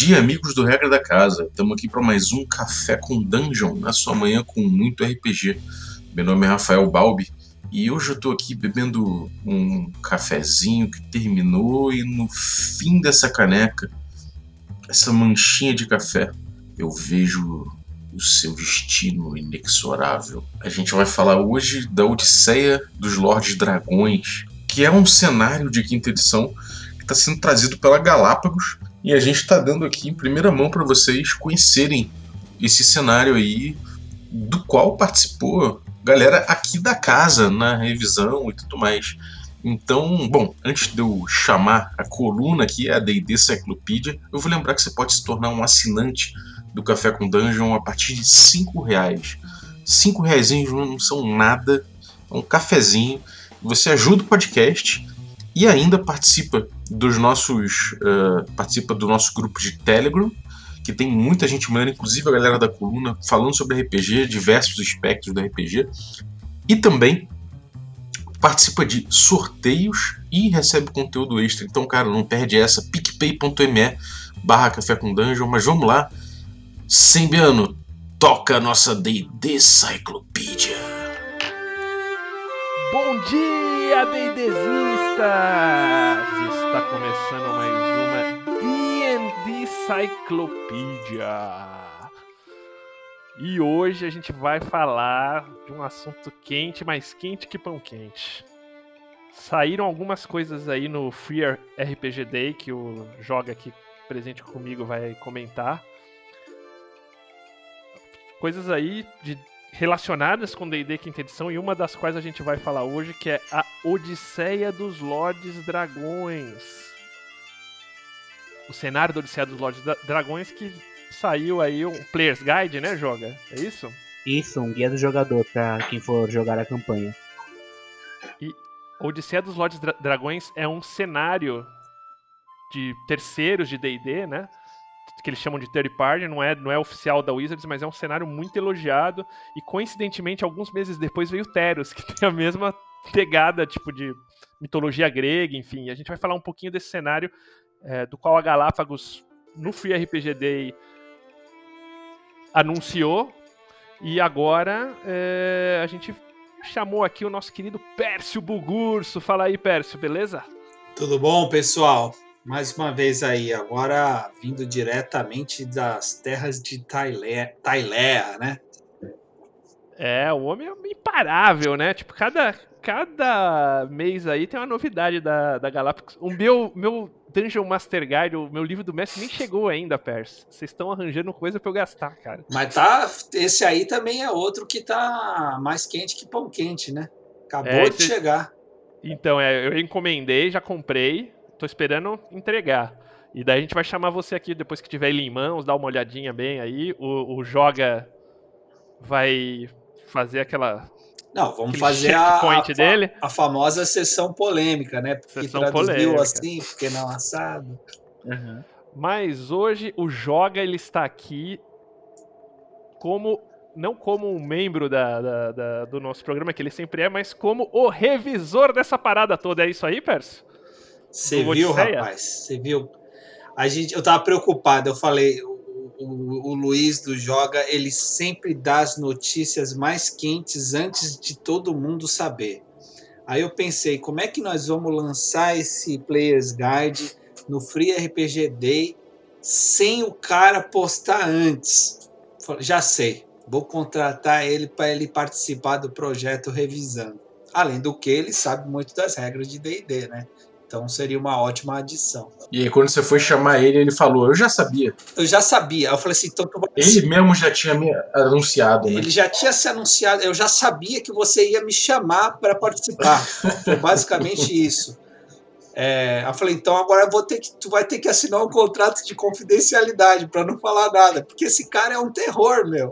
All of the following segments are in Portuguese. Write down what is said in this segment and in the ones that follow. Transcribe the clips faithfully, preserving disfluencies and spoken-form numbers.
dia, amigos do Regra da Casa. Estamos aqui para mais um Café com Dungeon, na sua manhã com muito R P G. Meu nome é Rafael Balbi e hoje eu estou aqui bebendo um cafezinho que terminou e no fim dessa caneca, essa manchinha de café, eu vejo o seu destino inexorável. A gente vai falar hoje da Odisseia dos Lordes Dragões, que é um cenário de quinta edição que está sendo trazido pela Galápagos. E a gente está dando aqui em primeira mão para vocês conhecerem esse cenário aí, do qual participou galera aqui da casa na revisão e tudo mais. Então, bom, antes de eu chamar a coluna aqui, a D e D Cyclopedia, eu vou lembrar que você pode se tornar um assinante do Café com Dungeon a partir de cinco reais. cinco reais não são nada, é um cafezinho. Você ajuda o podcast e ainda participa dos nossos uh, participa do nosso grupo de Telegram, que tem muita gente maneira, inclusive a galera da coluna, falando sobre R P G, diversos aspectos do R P G, e também participa de sorteios e recebe conteúdo extra. Então, cara, não perde essa, picpay.me barra Café com Dungeon. Mas vamos lá, Sembiano, toca a nossa D e D Cyclopedia. Bom dia, DDzistas! Está começando mais uma D e D Cyclopedia. E hoje a gente vai falar de um assunto quente, mais quente que pão quente. Saíram algumas coisas aí no Free R P G Day, que o Joga aqui presente comigo vai comentar. Coisas aí de... relacionadas com D e D quinta edição, e uma das quais a gente vai falar hoje, que é a Odisseia dos Lordes Dragões. O cenário da Odisseia dos Lordes Dragões, que saiu aí um Player's Guide, né, Joga? É isso? Isso, um guia do jogador para quem for jogar a campanha. E a Odisseia dos Lordes Dra- Dragões é um cenário de terceiros de D e D, né? Que eles chamam de third party, não é, não é oficial da Wizards, mas é um cenário muito elogiado, e coincidentemente, alguns meses depois veio Theros, que tem a mesma pegada, tipo, de mitologia grega, enfim. E a gente vai falar um pouquinho desse cenário, é, do qual a Galápagos, no Free R P G Day, anunciou, e agora é, a gente chamou aqui o nosso querido Pércio Bugurso. Fala aí, Pércio, beleza? Tudo bom, pessoal? Mais uma vez aí, agora vindo diretamente das terras de Tailea, Tailea, né? É, o homem é imparável, né? Tipo, cada, cada mês aí tem uma novidade da, da Galápagos. O meu, meu Dungeon Master Guide, o meu livro do mestre, nem chegou ainda, Pers. Vocês estão arranjando coisa pra eu gastar, cara. Mas tá, esse aí também é outro que tá mais quente que pão quente, né? Acabou É, de esse... chegar. Então, é, eu encomendei, já comprei, tô esperando entregar. E daí a gente vai chamar você aqui depois que tiver ele em mãos, dar uma olhadinha bem aí. O, o Joga vai fazer aquela... Não, vamos aquele fazer a, checkpoint a, dele. a famosa sessão polêmica, né? Porque Sessão traduziu polêmica. assim, porque não assado. Uhum. Mas hoje o Joga, ele está aqui como, não como um membro da, da, da, do nosso programa, que ele sempre é, mas como o revisor dessa parada toda. É isso aí, Perso? Você Do viu, Odisseia? rapaz? Você viu? A gente, eu tava preocupado, eu falei, o, o, o Luiz do Joga, ele sempre dá as notícias mais quentes antes de todo mundo saber. Aí eu pensei, como é que nós vamos lançar esse Player's Guide no Free R P G Day sem o cara postar antes? Falei, já sei, vou contratar ele para ele participar do projeto revisando. Além do que, ele sabe muito das regras de D e D, né? Então seria uma ótima adição. E aí quando você foi chamar ele, ele falou, eu já sabia. Eu já sabia. Eu falei assim, então tu vai... Ele mesmo já tinha me anunciado, né? Ele já tinha se anunciado, eu já sabia que você ia me chamar para participar. Foi basicamente isso. É, eu falei, então agora eu vou ter que, tu vai ter que assinar um contrato de confidencialidade para não falar nada, porque esse cara é um terror, meu.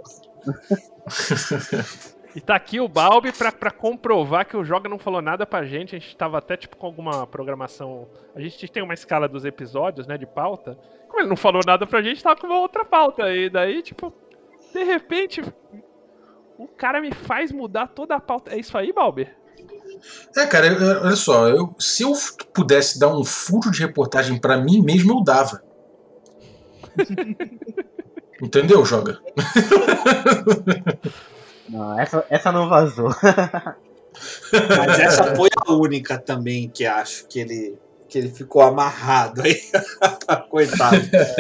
E tá aqui o Balbi pra, pra comprovar que o Joga não falou nada pra gente. A gente tava até tipo com alguma programação. A gente tem uma escala dos episódios, né, de pauta. Como ele não falou nada pra gente, tava com uma outra pauta. E daí, tipo, de repente, o cara me faz mudar toda a pauta. É isso aí, Balbi? É, cara, eu, olha só, eu, se eu pudesse dar um furo de reportagem pra mim mesmo, eu dava. Entendeu, Joga? Não, essa, essa não vazou. Mas essa foi a única também que acho que ele, que ele ficou amarrado aí. Coitado.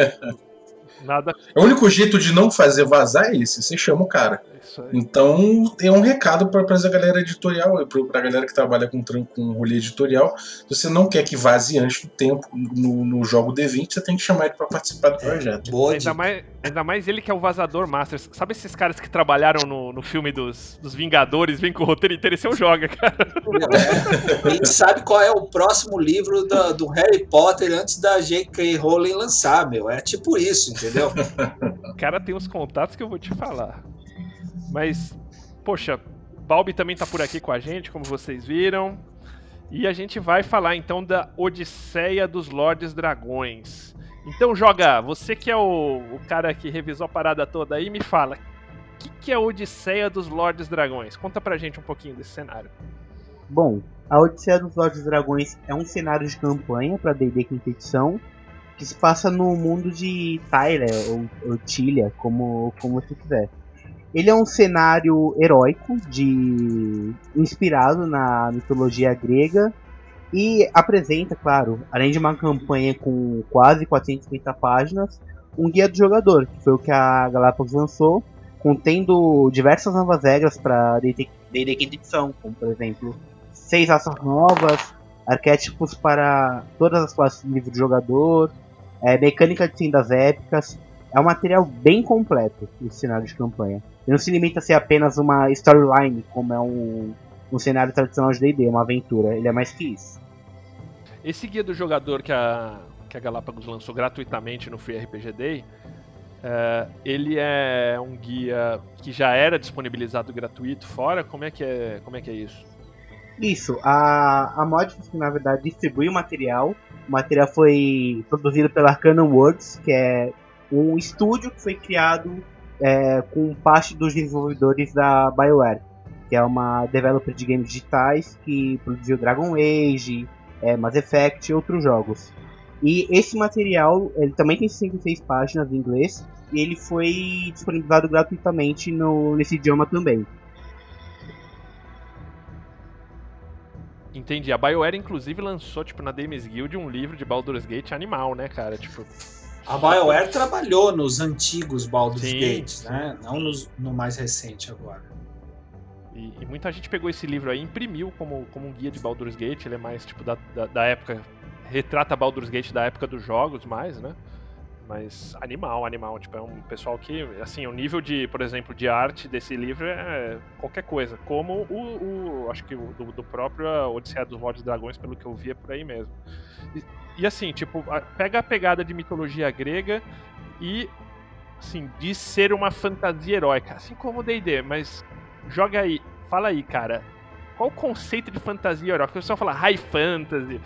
Nada. O único jeito de não fazer vazar é esse, você chama o cara. Isso aí. Então, é um recado para a galera editorial, para a galera que trabalha com, com rolê editorial. Se você não quer que vaze antes do tempo no, no jogo D vinte, você tem que chamar ele para participar do projeto. Boa Ainda dica. mais, ainda mais ele que é o vazador master. Sabe esses caras que trabalharam no, no filme dos, dos Vingadores, vem com o roteiro inteiro, esse é o Joga, cara. É, ele sabe qual é o próximo livro do, do Harry Potter antes da J K. Rowling lançar, meu. É tipo isso, entendeu? O cara tem uns contatos que eu vou te falar. Mas, poxa, Balbi também tá por aqui com a gente, como vocês viram. E a gente vai falar então da Odisseia dos Lordes Dragões. Então, Joga, você que é o, o cara que revisou a parada toda aí, me fala, o que, que é a Odisseia dos Lordes Dragões? Conta pra gente um pouquinho desse cenário. Bom, a Odisseia dos Lordes Dragões é um cenário de campanha para D e D Quinta Edição que se passa no mundo de Tyler ou, ou Tilia, como, como você quiser. Ele é um cenário heróico, de inspirado na mitologia grega e apresenta, claro, além de uma campanha com quase quatrocentas e cinquenta páginas, um guia do jogador, que foi o que a Galápagos lançou, contendo diversas novas regras para D e D Quinta Edição, como por exemplo, seis raças novas, arquétipos para todas as classes do livro do jogador, é, mecânica de sendas épicas. É um material bem completo esse cenário de campanha. Ele não se limita a ser apenas uma storyline, como é um, um cenário tradicional de D e D, uma aventura. Ele é mais que isso. Esse guia do jogador que a, que a Galápagos lançou gratuitamente no Free R P G Day, é, ele é um guia que já era disponibilizado gratuito fora? Como é que é, como é, que é isso? Isso, a, a Modifus, que na verdade distribui o material. O material foi produzido pela Arcana Works, que é um estúdio que foi criado é, com parte dos desenvolvedores da BioWare, que é uma developer de games digitais que produziu Dragon Age, é, Mass Effect e outros jogos. E esse material ele também tem sessenta e seis páginas em inglês e ele foi disponibilizado gratuitamente no, nesse idioma também. Entendi. A BioWare, inclusive, lançou, tipo, na Dames Guild um livro de Baldur's Gate animal, né, cara? Tipo... A BioWare trabalhou nos antigos Baldur's Sim, Gates, sim. né? Não nos, no mais recente agora. E, e muita gente pegou esse livro aí e imprimiu como, como um guia de Baldur's Gate. Ele é mais, tipo, da, da, da época... Retrata Baldur's Gate da época dos jogos mais, né? Mas animal, animal. Tipo, é um pessoal que, assim, o nível de, por exemplo, de arte desse livro é qualquer coisa. Como o, o acho que o do, do próprio Odisseia dos Lordes Dragões, pelo que eu vi, é por aí mesmo. E, e assim, tipo, a, pega a pegada de mitologia grega e, assim, de ser uma fantasia heróica. Assim como o D e D, mas joga aí, fala aí, cara. Qual o conceito de fantasia heróica? O pessoal fala high fantasy.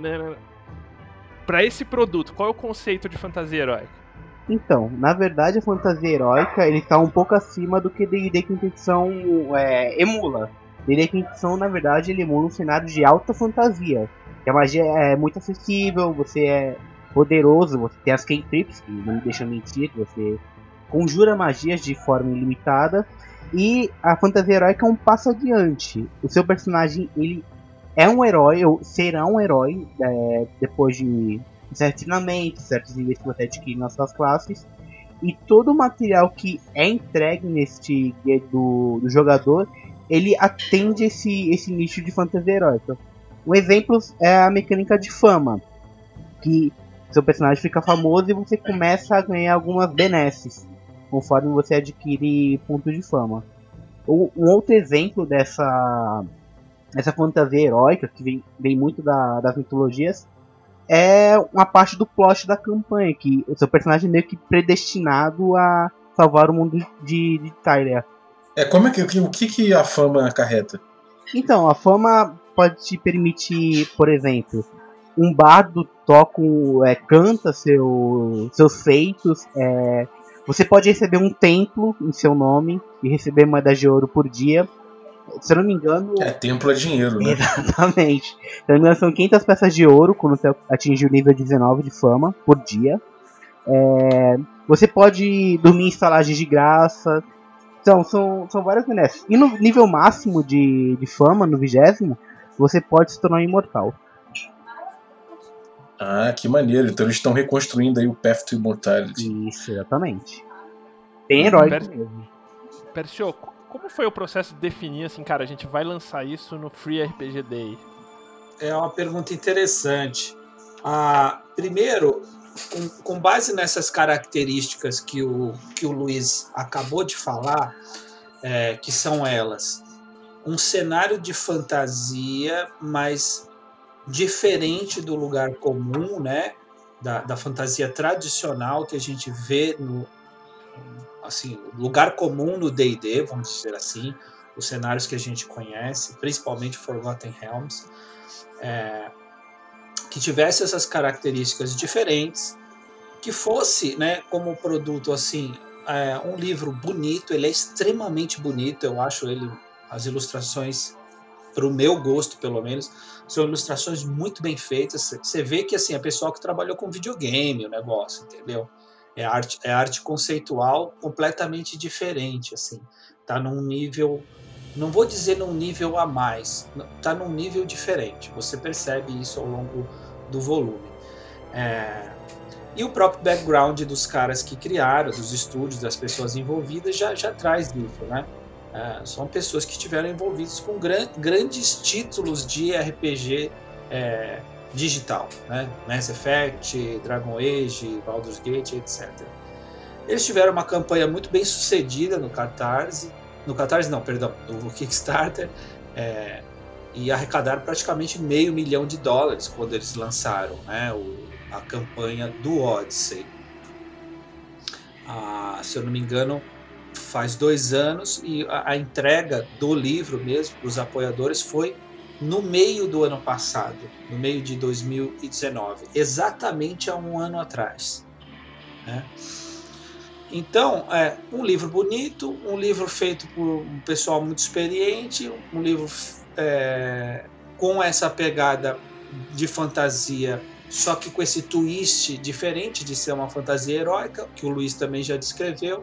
Pra esse produto, qual é o conceito de fantasia heróica? Então, na verdade a fantasia heróica ele tá um pouco acima do que D e D Quinta Edição é, emula. D e D Quinta Edição, na verdade, ele emula um cenário de alta fantasia. Que a magia é muito acessível, você é poderoso, você tem as cantrips, que não me deixam mentir, você conjura magias de forma ilimitada. E a fantasia heróica é um passo adiante. O seu personagem, ele é um herói, ou será um herói, é, depois de certos treinamentos, certos níveis que você adquire nas suas classes. E todo o material que é entregue neste guia do, do jogador, ele atende esse, esse nicho de fantasia heróica. Um exemplo é a mecânica de fama, que seu personagem fica famoso e você começa a ganhar algumas benesses, conforme você adquire pontos de fama. Um outro exemplo dessa, dessa fantasia heróica, que vem, vem muito da, das mitologias, é uma parte do plot da campanha, que o seu personagem é meio que predestinado a salvar o mundo de, de Tyler. É, como é que, o que, que a fama acarreta? Então, a fama pode te permitir, por exemplo, um bardo toca, é, canta seu, seus feitos, é, você pode receber um templo em seu nome e receber moedas de ouro por dia. Se eu não me engano... É, templo é dinheiro, né? Exatamente. Se eu não me engano, são quinhentas peças de ouro quando você atingir o nível dezenove de fama por dia. É, você pode dormir em estalagens de graça. Então, são, são vários benefícios. E no nível máximo de, de fama, no vigésimo, você pode se tornar um imortal. Ah, que maneiro. Então eles estão reconstruindo aí o Path to Immortality. Isso, exatamente. Tem herói Per- mesmo. Persio, como foi o processo de definir assim, cara, a gente vai lançar isso no Free R P G Day? É uma pergunta interessante. Ah, primeiro, com, com base nessas características que o, que o Luiz acabou de falar, é, que são elas, um cenário de fantasia, mas diferente do lugar comum, né? Da, da fantasia tradicional que a gente vê no assim, lugar comum no D e D, vamos dizer assim, os cenários que a gente conhece, principalmente Forgotten Realms, é, que tivesse essas características diferentes, que fosse, né, como produto assim, é, um livro bonito, ele é extremamente bonito, eu acho ele, as ilustrações, para o meu gosto pelo menos, são ilustrações muito bem feitas, você vê que assim, é pessoal que trabalhou com videogame o negócio, entendeu? É arte, é arte conceitual completamente diferente, assim, tá num nível, não vou dizer num nível a mais, tá num nível diferente, você percebe isso ao longo do volume. É, e o próprio background dos caras que criaram, dos estúdios, das pessoas envolvidas, já, já traz isso, né? É, são pessoas que estiveram envolvidas com gran, grandes títulos de R P G é, digital, né? Mass Effect, Dragon Age, Baldur's Gate, etcétera. Eles tiveram uma campanha muito bem sucedida no Catarse, no Catarse não, perdão, no Kickstarter, é, e arrecadaram praticamente meio milhão de dólares quando eles lançaram, né, o, a campanha do Odyssey. Ah, se eu não me engano, faz dois anos, e a, a entrega do livro mesmo para os apoiadores foi no meio do ano passado, no meio de dois mil e dezenove, exatamente há um ano atrás, né? Então, é um livro bonito, um livro feito por um pessoal muito experiente, um livro é, com essa pegada de fantasia, só que com esse twist diferente de ser uma fantasia heróica, que o Luiz também já descreveu.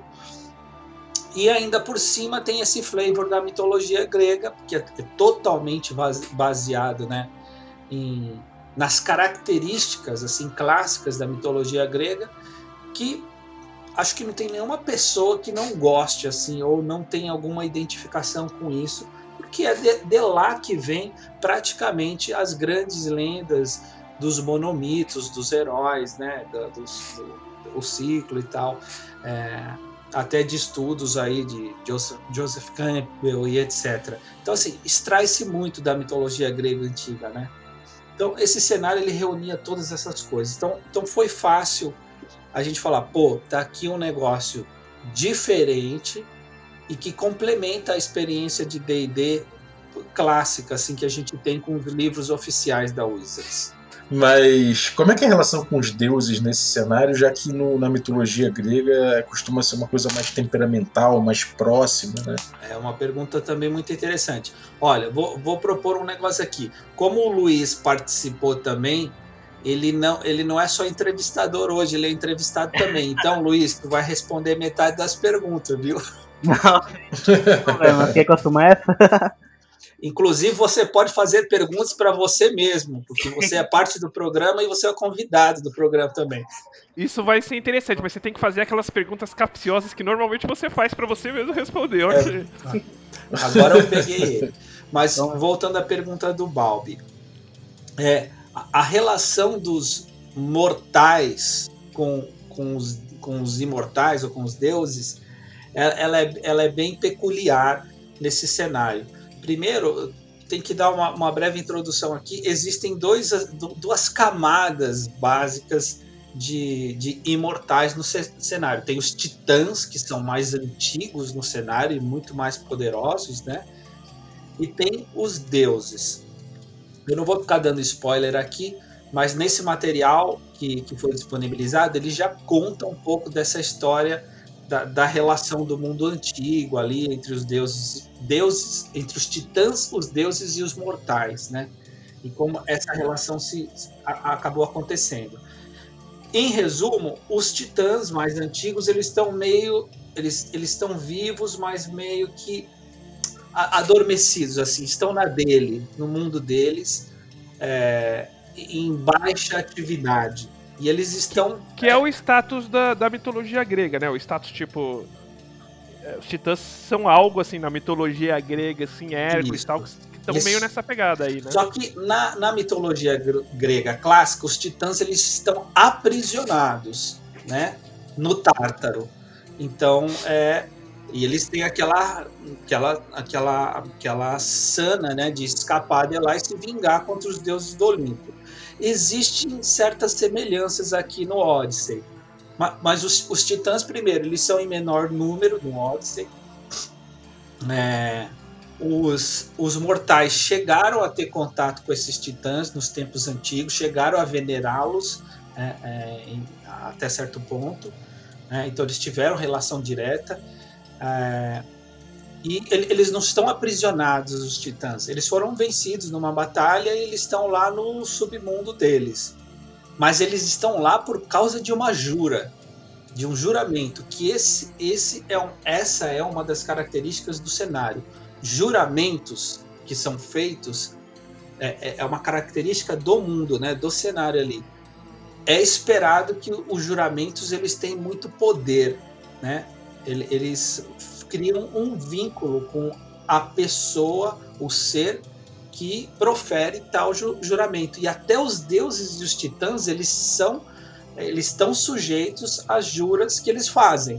E ainda por cima tem esse flavor da mitologia grega, que é totalmente baseado, né, em, nas características assim clássicas da mitologia grega, que acho que não tem nenhuma pessoa que não goste assim ou não tenha alguma identificação com isso, porque é de, de lá que vem praticamente as grandes lendas dos monomitos, dos heróis, né, do, do, do, do ciclo e tal, é, até de estudos aí de Joseph, Joseph Campbell e etcétera. Então assim, extrai-se muito da mitologia grega antiga, né? Então esse cenário ele reunia todas essas coisas. Então, então foi fácil a gente falar, pô, tá aqui um negócio diferente e que complementa a experiência de D e D clássica, assim, que a gente tem com os livros oficiais da Wizards. Mas como é que é a relação com os deuses nesse cenário, já que no, na mitologia grega costuma ser uma coisa mais temperamental, mais próxima, né? É uma pergunta também muito interessante. Olha, vou, vou propor um negócio aqui. Como o Luiz participou também, ele não, ele não é só entrevistador hoje, ele é entrevistado também. Então, Luiz, tu vai responder metade das perguntas, viu? Não, não problema. Quer que eu assuma essa? Inclusive, você pode fazer perguntas para você mesmo, porque você é parte do programa e você é convidado do programa também. Isso vai ser interessante, mas você tem que fazer aquelas perguntas capciosas que normalmente você faz para você mesmo responder. É, Okay. agora eu peguei ele. Mas voltando à pergunta do Balbi, é, a relação dos mortais com, com, os, com os imortais ou com os deuses, ela é, ela é bem peculiar nesse cenário. Primeiro, tem que dar uma, uma breve introdução aqui. Existem dois, duas camadas básicas de, de imortais no cenário. Tem os titãs, que são mais antigos no cenário e muito mais poderosos, né? E tem os deuses. Eu não vou ficar dando spoiler aqui, mas nesse material que, que foi disponibilizado, ele já conta um pouco dessa história da, da relação do mundo antigo ali entre os deuses, deuses, entre os titãs, os deuses e os mortais, né? E como essa relação se a, acabou acontecendo. Em resumo, os titãs mais antigos, eles estão meio... Eles eles estão vivos, mas meio que adormecidos, assim, estão na dele, no mundo deles, é, em baixa atividade. E eles estão... Que é o status da, da mitologia grega, né? O status, tipo... é, Os titãs são algo, assim, na mitologia grega, assim, Hércules e tal, que estão Eles- meio nessa pegada aí, né? Só que na, na mitologia gr- grega clássica, os titãs eles estão aprisionados, né, no Tártaro. Então, é, e eles têm aquela, aquela, aquela, aquela sana, né, de escapar de lá e se vingar contra os deuses do Olimpo. Existem certas semelhanças aqui no Odyssey, Ma- mas os, os titãs, primeiro, eles são em menor número no Odyssey. É, os, os mortais chegaram a ter contato com esses titãs nos tempos antigos, chegaram a venerá-los é, é, em- até certo ponto, né? Então eles tiveram relação direta. é, e ele- eles não estão aprisionados, os titãs. Eles foram vencidos numa batalha e eles estão lá no submundo deles. Mas eles estão lá por causa de uma jura, de um juramento, que esse, esse é um, essa é uma das características do cenário. Juramentos que são feitos é, é uma característica do mundo, né, do cenário ali. É esperado que os juramentos eles têm muito poder, né? Eles criam um vínculo com a pessoa, o ser que profere tal juramento. E até os deuses e os titãs eles são eles estão sujeitos às juras que eles fazem.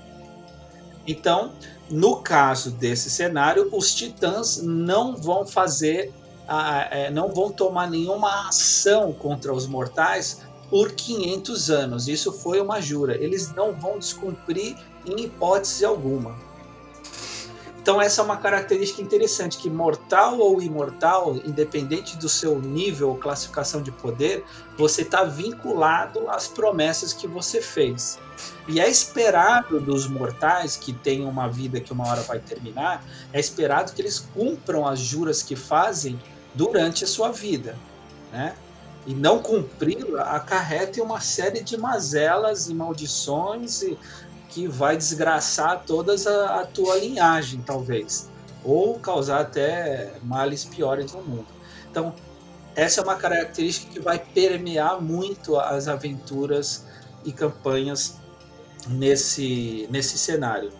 Então, no caso desse cenário, os titãs não vão fazer, não vão tomar nenhuma ação contra os mortais por quinhentos anos. Isso foi uma jura. Eles não vão descumprir em hipótese alguma. Então essa é uma característica interessante, que mortal ou imortal, independente do seu nível ou classificação de poder, você está vinculado às promessas que você fez. E é esperado dos mortais que têm uma vida que uma hora vai terminar, é esperado que eles cumpram as juras que fazem durante a sua vida, né? E não cumpri-la acarreta uma série de mazelas e maldições e que vai desgraçar toda a, a tua linhagem, talvez, ou causar até males piores no mundo. Então, essa é uma característica que vai permear muito as aventuras e campanhas nesse, nesse cenário.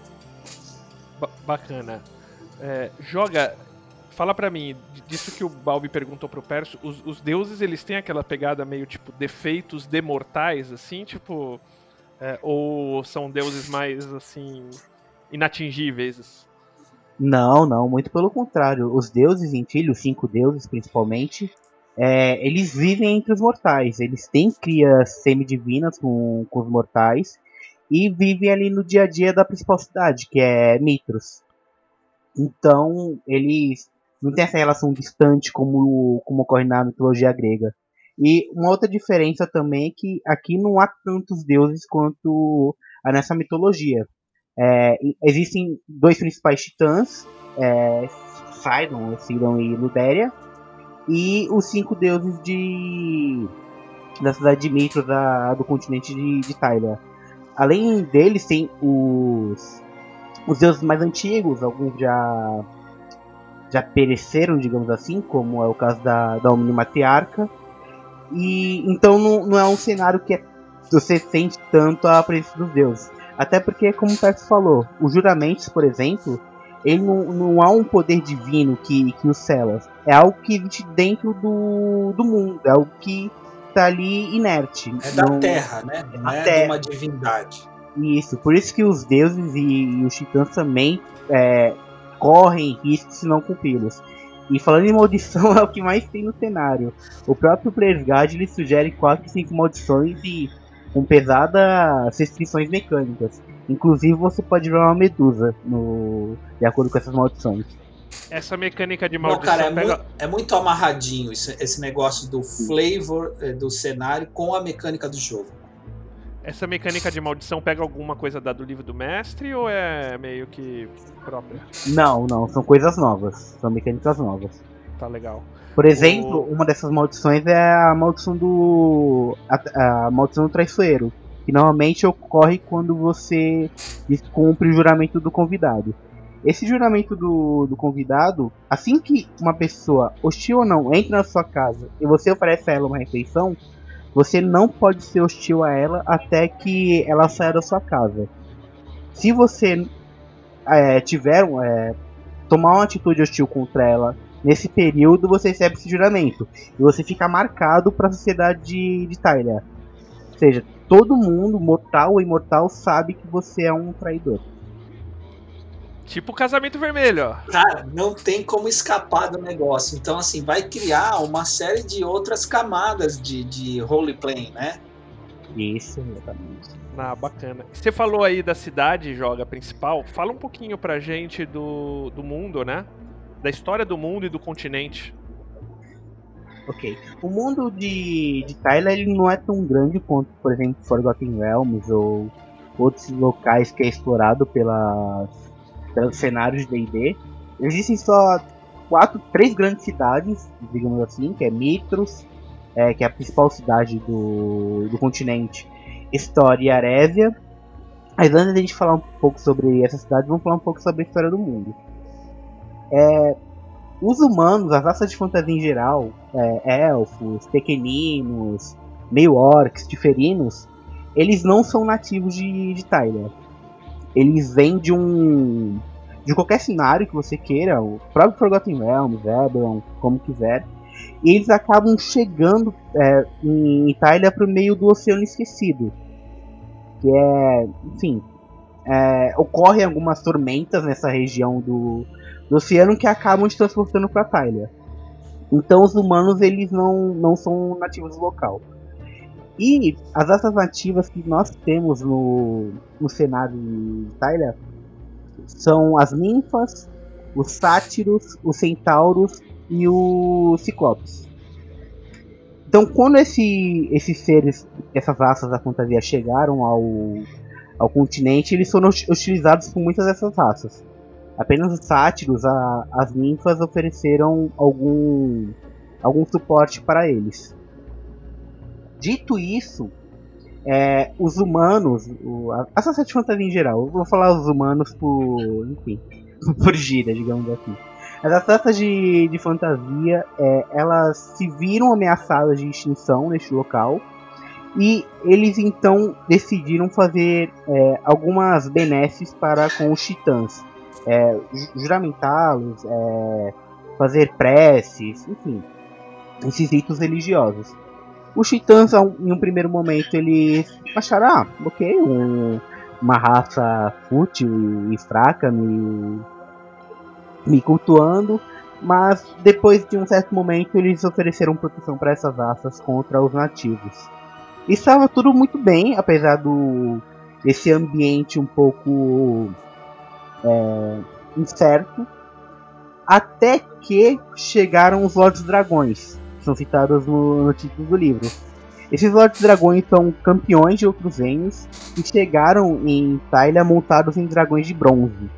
Ba- bacana. É, joga, fala pra mim, disso que o Balbi perguntou pro Perso, os, os deuses, eles têm aquela pegada meio, tipo, defeitos de mortais, assim, tipo... É, ou são deuses mais, assim, inatingíveis? Não, não, muito pelo contrário. Os deuses em Chile, os cinco deuses principalmente, é, eles vivem entre os mortais. Eles têm crias semidivinas com, com os mortais e vivem ali no dia a dia da principal cidade, que é Mitros. Então, eles não têm essa relação distante como, como ocorre na mitologia grega. E uma outra diferença também é que aqui não há tantos deuses quanto há nessa mitologia. É, existem dois principais titãs, é, Sidon, Sidon e Ludéria, e os cinco deuses de, da cidade de Mitros, da, do continente de, de Tylia. Além deles, tem os, os deuses mais antigos, alguns já, já pereceram, digamos assim, como é o caso da, da Omnimatriarca. E então não, não é um cenário que é, você sente tanto a presença dos deuses. Até porque, como o Perso falou, os juramentos, por exemplo, ele não, não há um poder divino que, que os cela. É algo que existe dentro do, do mundo, é algo que está ali inerte. É da não, terra, né? Não é terra. de uma divindade. Isso, por isso que os deuses e, e os titãs também é, correm riscos se não cumpri-los. E falando em maldição, é o que mais tem no cenário. O próprio Player's Guide ele sugere quatro, cinco maldições e com pesadas restrições mecânicas. Inclusive você pode ver uma medusa no, de acordo com essas maldições. Essa mecânica de Não, maldição cara, é, pega... muito, é muito amarradinho esse, esse negócio do flavor é, do cenário com a mecânica do jogo. Essa mecânica de maldição pega alguma coisa da do livro do mestre ou é meio que própria? Não, não, são coisas novas. São mecânicas novas. Tá legal. Por exemplo, O- uma dessas maldições é a maldição do. A, a maldição do traiçoeiro. Que normalmente ocorre quando você descumpre o juramento do convidado. Esse juramento do, do convidado, assim que uma pessoa, hostil ou não, entra na sua casa e você oferece a ela uma refeição, você não pode ser hostil a ela até que ela saia da sua casa. Se você é, tiver é, tomar uma atitude hostil contra ela nesse período, você recebe esse juramento e você fica marcado para a sociedade de, de Tyler. Ou seja, todo mundo, mortal ou imortal, sabe que você é um traidor. Tipo o casamento vermelho, ó. Cara, não tem como escapar do negócio. Então, assim, vai criar uma série de outras camadas de, de roleplay, né? Isso, exatamente. Ah, bacana. Você falou aí da cidade, Joga, principal. Fala um pouquinho pra gente do, do mundo, né? Da história do mundo e do continente. Ok. O mundo de, de Tyler ele não é tão grande quanto, por exemplo, Forgotten Realms ou outros locais que é explorado pelas, pelos cenários de D e D. Existem só quatro, três grandes cidades, digamos assim, que é Mitros, é, que é a principal cidade do, do continente, História e Arésia. Mas antes de a gente falar um pouco sobre essa cidade, vamos falar um pouco sobre a história do mundo. É, os humanos, as raças de fantasia em geral, é, elfos, pequeninos, meio orcs, tiferinos, eles não são nativos de, de Tyler. Eles vêm de um. de qualquer cenário que você queira, o próprio Forgotten Realms, Eberron, como quiser. E eles acabam chegando é, em Tyler para o meio do Oceano Esquecido. Que é. Enfim. É, ocorrem algumas tormentas nessa região do, do oceano que acabam se transportando para Tyler. Então os humanos eles não, não são nativos do local. E as raças nativas que nós temos no, no cenário de Tyler são as ninfas, os sátiros, os centauros e os ciclopes. Então quando esse, esses seres, essas raças da fantasia chegaram ao, ao continente, eles foram utilizados por muitas dessas raças. Apenas os sátiros, a, as ninfas ofereceram algum, algum suporte para eles. Dito isso, é, os humanos, o, a, a sociedade de fantasia em geral, eu vou falar os humanos por, enfim, por gíria, digamos assim. As raças de, de fantasia, é, elas se viram ameaçadas de extinção neste local. E eles então decidiram fazer é, algumas benesses para com os titãs. É, juramentá-los, é, fazer preces, enfim, esses ritos religiosos. Os titãs, em um primeiro momento, eles acharam, ah, ok, um, uma raça fútil e fraca me, me cultuando, mas depois de um certo momento eles ofereceram proteção para essas raças contra os nativos. E estava tudo muito bem, apesar do desse ambiente um pouco é, incerto, até que chegaram os Lordes Dragões, que são citados no, no título do livro. Esses Lordes Dragões são campeões de outros reinos e chegaram em Tyler montados em dragões de bronze.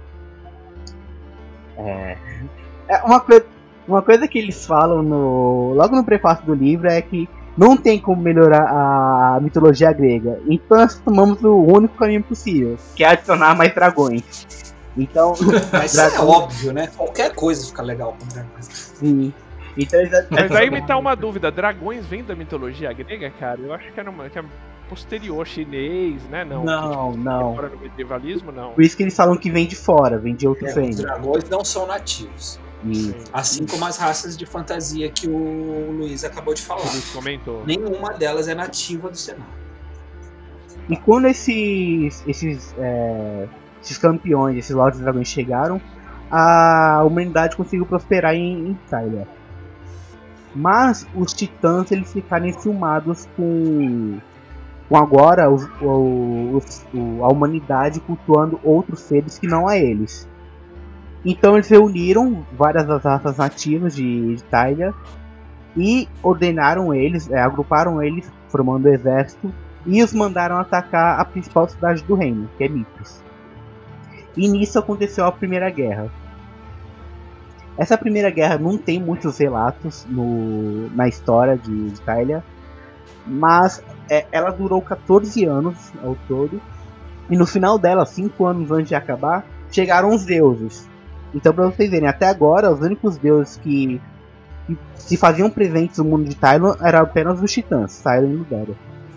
É, é uma, coi- uma coisa que eles falam no, logo no prefácio do livro é que não tem como melhorar a mitologia grega. Então nós tomamos o único caminho possível, que é adicionar mais dragões. Então, Mas isso é óbvio, né? Qualquer coisa fica legal com dragões. sim. Então, eles Mas aí me tá uma dúvida, dragões vêm da mitologia grega, cara? Eu acho que era uma, que é posterior, chinês, né? Não, Não, que, tipo, não. fora no medievalismo, não. Por isso que eles falam que vem de fora, vem de outros É, os reinos. dragões não são nativos. E, Assim como as raças de fantasia que o Luiz acabou de falar. Luiz comentou. Nenhuma delas é nativa do cenário. e quando esses, esses, é, esses campeões, esses Lordes Dragões chegaram, a humanidade conseguiu prosperar em, em Tyler. Mas os titãs eles ficaram enciumados com, com agora os, os, o, a humanidade cultuando outros seres que não a eles. Então eles reuniram várias das raças nativas de, de Tyler e ordenaram eles, é, agruparam eles, formando o exército, e os mandaram atacar a principal cidade do reino, que é Mitros. E nisso aconteceu a Primeira Guerra. Essa primeira guerra não tem muitos relatos no, na história de, de Hylia, mas é, ela durou quatorze anos ao todo, e no final dela, cinco anos antes de acabar, chegaram os deuses. Então, pra vocês verem, até agora, os únicos deuses que, que se faziam presentes no mundo de Tylon eram apenas os titãs, Tylon e Ludera.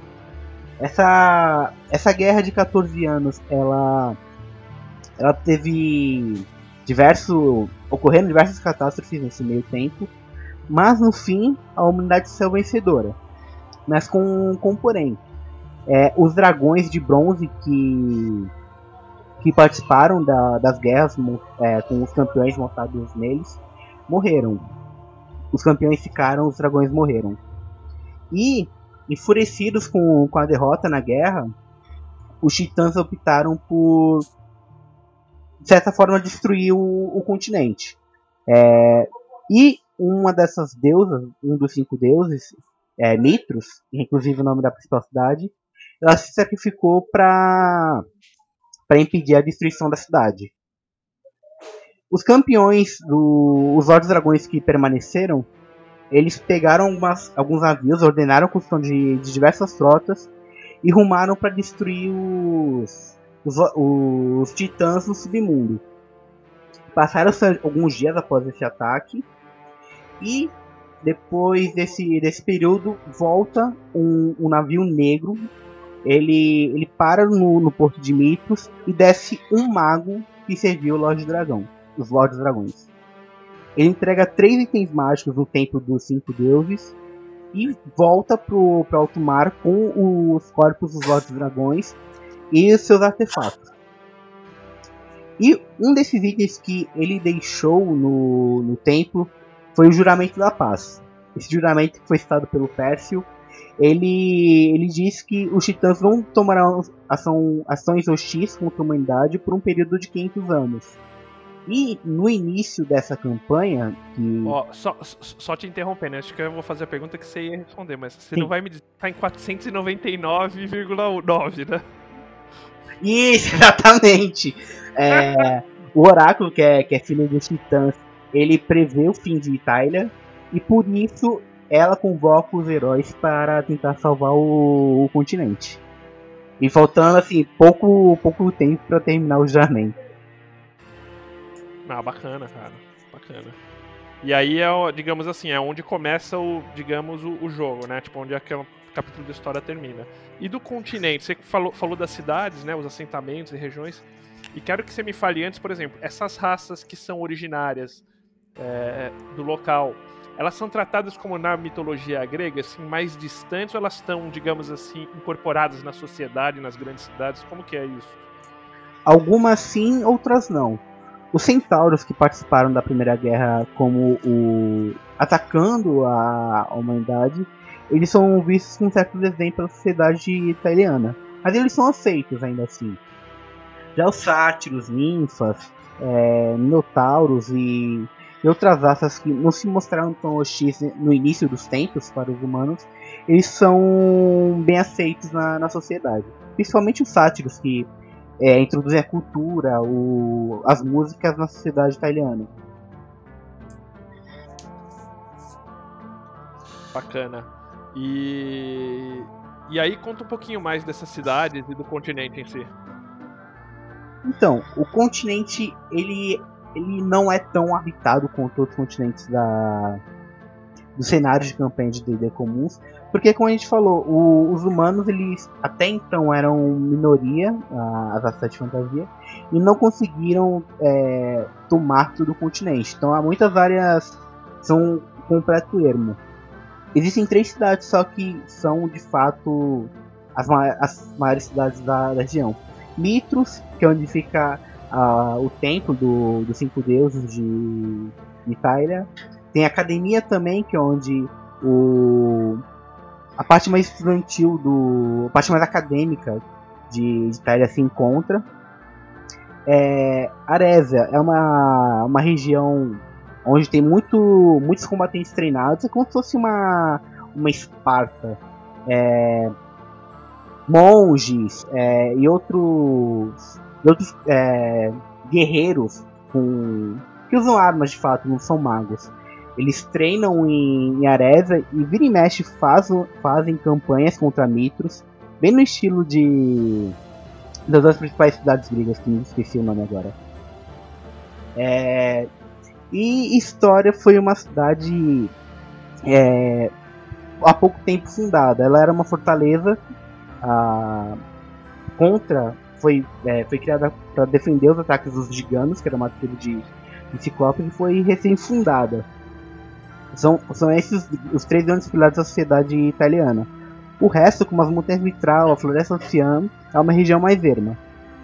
Essa, essa guerra de quatorze anos, ela, ela teve diversos, ocorrendo diversas catástrofes nesse meio tempo, mas no fim a humanidade saiu vencedora. Mas com, com porém, é, os dragões de bronze que, que participaram da, das guerras é, com os campeões montados neles morreram. Os campeões ficaram, os dragões morreram. E, enfurecidos com, com a derrota na guerra, os titãs optaram por, de certa forma, destruir o, o continente. É, e uma dessas deusas, um dos cinco deuses, é, Mitros, inclusive o nome da principal cidade, ela se sacrificou para para impedir a destruição da cidade. Os campeões, do, os Lordes Dragões que permaneceram, eles pegaram algumas, alguns navios, ordenaram a construção de, de diversas frotas e rumaram para destruir os, os, os titãs no submundo. Passaram-se alguns dias após esse ataque e depois desse, desse período volta um, um navio negro. Ele, ele para no, no porto de Mitros e desce um mago que serviu o Lorde Dragão, os Lordes Dragões. Ele entrega três itens mágicos no templo dos cinco deuses e volta pro, pro alto mar com os corpos dos Lordes Dragões e os seus artefatos. E um desses itens que ele deixou no, no templo foi o Juramento da Paz. Esse juramento que foi citado pelo Pércio, ele, ele diz que os titãs não tomarão ação, ações hostis contra a humanidade por um período de quinhentos anos. E no início dessa campanha, que... Ó, só, só te interrompendo, acho que eu vou fazer a pergunta que você ia responder, mas você Sim. não vai me dizer que tá em quatrocentos e noventa e nove vírgula nove, né? Isso, exatamente! É, o Oráculo, que é, que é filho dos titãs, ele prevê o fim de Hylia, e por isso ela convoca os heróis para tentar salvar o, o continente. E faltando assim pouco, pouco tempo para terminar o juramento. Ah, bacana, cara. Bacana. E aí é, digamos assim, é onde começa o, digamos, o, o jogo, né? Tipo, onde aquele capítulo da história termina. E do continente, você falou, falou das cidades, né? Os assentamentos e regiões. E quero que você me fale antes, por exemplo, essas raças que são originárias é, do local, elas são tratadas como na mitologia grega, assim, mais distantes, ou elas estão, digamos assim, incorporadas na sociedade, nas grandes cidades? Como que é isso? Algumas sim, outras não. Os centauros que participaram da Primeira Guerra como o atacando a humanidade, eles são vistos com certo desdém pela sociedade italiana, mas eles são aceitos ainda assim. Já os sátiros, ninfas, é, minotauros e, e outras raças que não se mostraram tão hostis no início dos tempos para os humanos, eles são bem aceitos na, na sociedade. Principalmente os sátiros, que é, introduzem a cultura, o, as músicas na sociedade italiana. Bacana. E, e aí conta um pouquinho mais dessas cidades e do continente em si. Então, o continente ele, ele não é tão habitado quanto outros continentes da, do cenário de campanha de D e D comuns, porque como a gente falou, o, os humanos eles até então eram minoria, as raças de fantasia, e não conseguiram é, tomar todo o continente. Então há muitas áreas são um completo ermo. Existem três cidades só que são de fato as, ma as maiores cidades da, da região. Mitros, que é onde fica uh, o templo do, dos cinco deuses de, de Hylia. Tem a academia também, que é onde o, a parte mais estudantil, do, a parte mais acadêmica de, de Hylia se encontra. É, Arésia é uma, uma região onde tem muito, muitos combatentes treinados. É como se fosse uma, uma Esparta. É, monges é, e outros, e outros é, guerreiros com, que usam armas de fato, não são magos. Eles treinam em, em Aresa e vira e mexe fazem, fazem campanhas contra Mitros, bem no estilo de das duas principais cidades gregas, que me esqueci o nome agora. É, e História foi uma cidade é, há pouco tempo fundada. Ela era uma fortaleza a, contra foi, é, foi criada para defender os ataques dos giganos, que era uma tribo de, de ciclopes, e foi recém-fundada. São, são esses os três grandes pilares da sociedade italiana. O resto, como as montanhas Mitral, a floresta oceano, é uma região mais erma.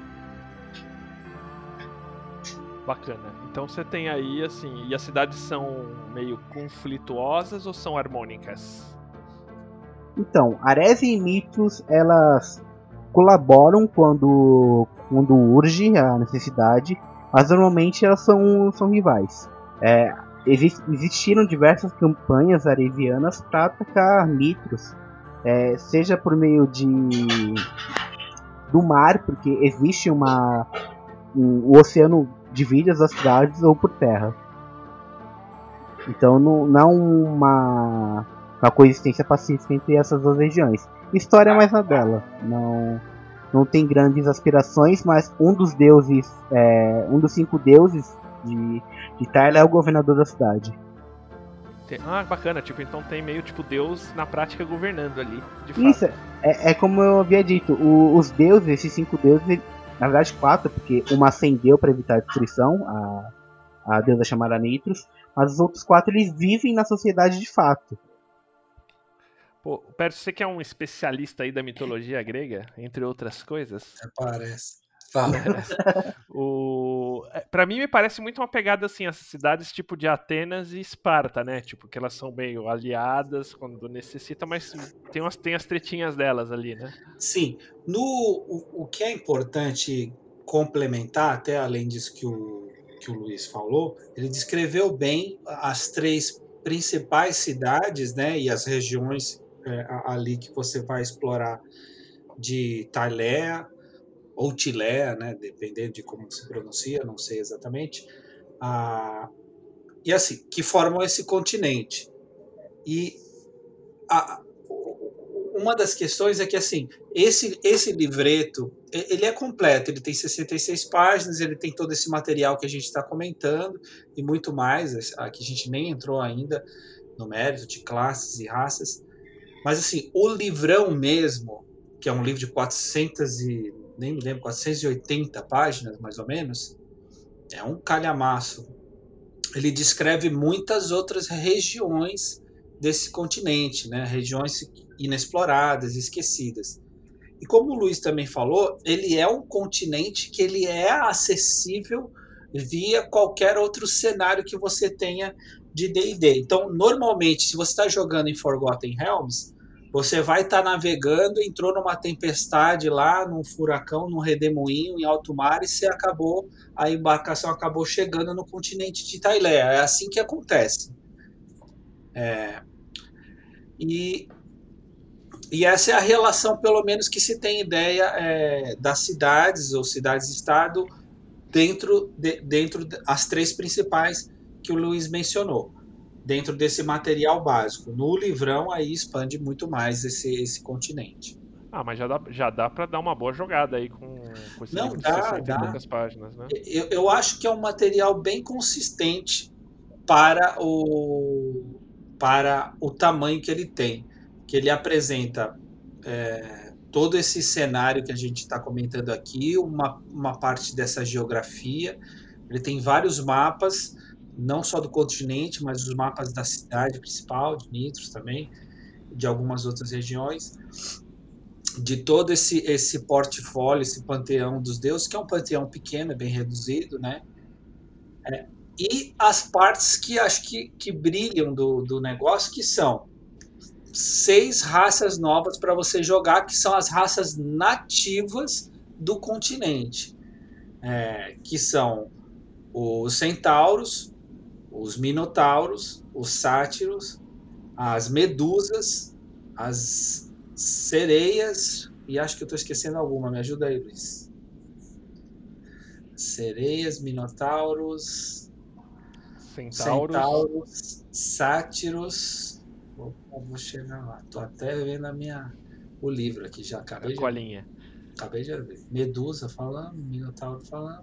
Bacana. Então você tem aí, assim, e as cidades são meio conflituosas ou são harmônicas? Então, Arese e Mitros, elas colaboram quando, quando urge a necessidade, mas normalmente elas são, são rivais. É, exist, existiram diversas campanhas aresianas para atacar Mitros, é, seja por meio de do mar, porque existe uma um, o oceano divide as cidades, ou por terra. Então não, não uma uma coexistência pacífica entre essas duas regiões. História é mais na dela, não não tem grandes aspirações, mas um dos deuses, é, um dos cinco deuses de, de Tyler é o governador da cidade. Ah, bacana, tipo, então tem meio tipo Deus na prática governando ali, de fato. Isso, é, é como eu havia dito, o, os deuses, esses cinco deuses, na verdade quatro, porque uma ascendeu para evitar a destruição, a, a deusa chamada Nitros, mas os outros quatro eles vivem na sociedade de fato. Pô, Pércio, você que é um especialista aí da mitologia grega, entre outras coisas. Parece. Fala. o... Pra mim me parece muito uma pegada assim, essas cidades tipo de Atenas e Esparta, né? Tipo, que elas são meio aliadas quando necessita, mas tem, umas, tem as tretinhas delas ali, né? Sim. No, o, o que é importante complementar, até além disso que o, que o Luiz falou, ele descreveu bem as três principais cidades, né, e as regiões é, ali que você vai explorar de Tylea ou Tilea, né, dependendo de como se pronuncia, não sei exatamente, ah, e assim, que formam esse continente. E a, uma das questões é que assim, esse, esse livreto, ele é completo, ele tem sessenta e seis páginas, ele tem todo esse material que a gente está comentando e muito mais, aqui a gente nem entrou ainda no mérito de classes e raças, mas assim, o livrão mesmo, que é um livro de quatrocentas e nem me lembro, quatrocentas e oitenta páginas, mais ou menos, é um calhamaço. Ele descreve muitas outras regiões desse continente, né? Regiões inexploradas, esquecidas. E como o Luiz também falou, ele é um continente que ele é acessível via qualquer outro cenário que você tenha de D e D. Então, normalmente, se você está jogando em Forgotten Realms, você vai estar tá navegando, entrou numa tempestade lá, num furacão, num redemoinho em alto mar e você acabou, a embarcação acabou chegando no continente de Tylea. É assim que acontece. É, e, e essa é a relação, pelo menos, que se tem ideia é, das cidades ou cidades-estado dentro de, dentro das três principais que o Luiz mencionou, dentro desse material básico. No livrão, aí expande muito mais esse, esse continente. Ah, mas já dá, já dá pra dar uma boa jogada aí com, com esse Não, livro de dá, sessenta e dá. poucas páginas, né? Eu, eu acho que é um material bem consistente para o, para o tamanho que ele tem, que ele apresenta é, todo esse cenário que a gente está comentando aqui, uma, uma parte dessa geografia. Ele tem vários mapas, não só do continente, mas os mapas da cidade principal, de Nitros também, de algumas outras regiões, de todo esse, esse portfólio, esse panteão dos deuses, que é um panteão pequeno, é bem reduzido, né? É, e as partes que acho que, que brilham do, do negócio, que são seis raças novas para você jogar, que são as raças nativas do continente, é, que são os centauros, os minotauros, os sátiros, as medusas, as sereias, e acho que eu estou esquecendo alguma, me ajuda aí, Luiz. Sereias, minotauros, Centauros. Centauros, Sátiros. Opa, vou chegar lá. Tô até vendo a minha, o livro aqui já. Acabei A de colinha. Acabei de ver. Medusa falando, Minotauro falando.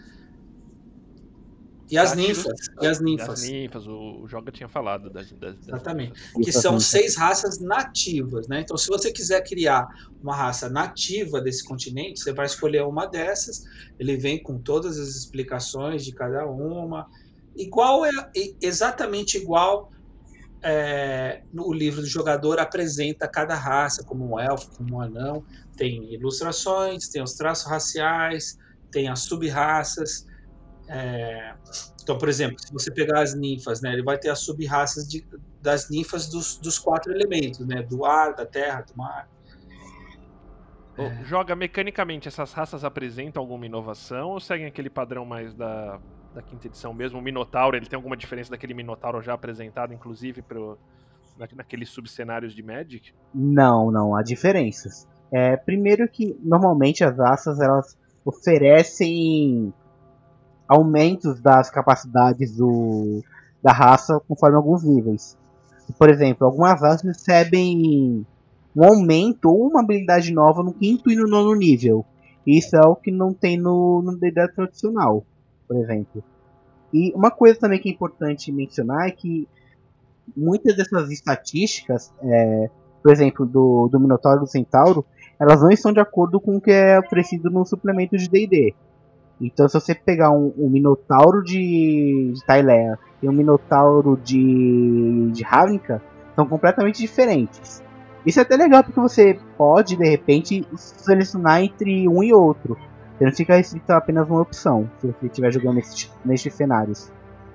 E as Sátiros. ninfas. E as As ninfas. ninfas, o, o Joga tinha falado das, das, das Exatamente. ninfas. Que são seis raças nativas, né? Então, se você quiser criar uma raça nativa desse continente, você vai escolher uma dessas. Ele vem com todas as explicações de cada uma. Igual é exatamente igual é, o livro do jogador apresenta cada raça, como um elfo, como um anão. Tem ilustrações, tem os traços raciais, tem as sub-raças. É, então, por exemplo, se você pegar as ninfas, né, ele vai ter as sub-raças de, das ninfas dos, dos quatro elementos, né, do ar, da terra, do mar. Oh, Joga mecanicamente, essas raças apresentam alguma inovação ou seguem aquele padrão mais da, da quinta edição mesmo? O Minotauro, ele tem alguma diferença daquele Minotauro já apresentado, inclusive, pro, na, naqueles subcenários de Magic? Não, não, há diferenças. É, primeiro que normalmente as raças elas oferecem aumentos das capacidades do, da raça conforme alguns níveis. Por exemplo, algumas raças recebem um aumento ou uma habilidade nova no quinto e no nono nível. Isso é o que não tem no, no D D tradicional, por exemplo. E uma coisa também que é importante mencionar é que muitas dessas estatísticas, é, por exemplo, do, do Minotauro e do Centauro, elas não estão de acordo com o que é oferecido no suplemento de D e D. Então, se você pegar um, um Minotauro de, de Tylea e um Minotauro de, de Ravnica, são completamente diferentes. Isso é até legal porque você pode, de repente, selecionar entre um e outro. Você não fica restrito a apenas uma opção, se você estiver jogando nesse, nesses cenários.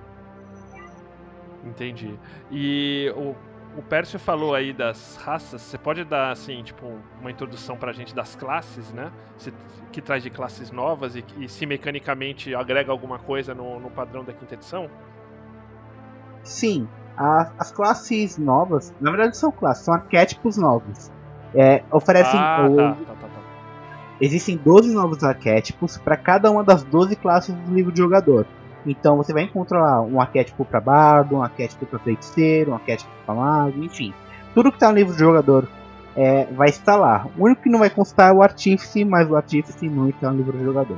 Entendi. E o, o Pércio falou aí das raças. Você pode dar, assim, tipo, uma introdução pra gente das classes, né? Se, que traz de classes novas e, e se mecanicamente agrega alguma coisa no, no padrão da quinta edição? Sim, a, as classes novas, na verdade são classes, são arquétipos novos. É, oferecem. Ah, ou, tá, tá, tá, tá. Existem doze novos arquétipos para cada uma das doze classes do livro de jogador. Então você vai encontrar um arquétipo para bardo, um arquétipo para feiticeiro, um arquétipo para mago, enfim. Tudo que está no livro de jogador é, vai estar lá. O único que não vai constar é o artífice, mas o artífice não está no livro de jogador.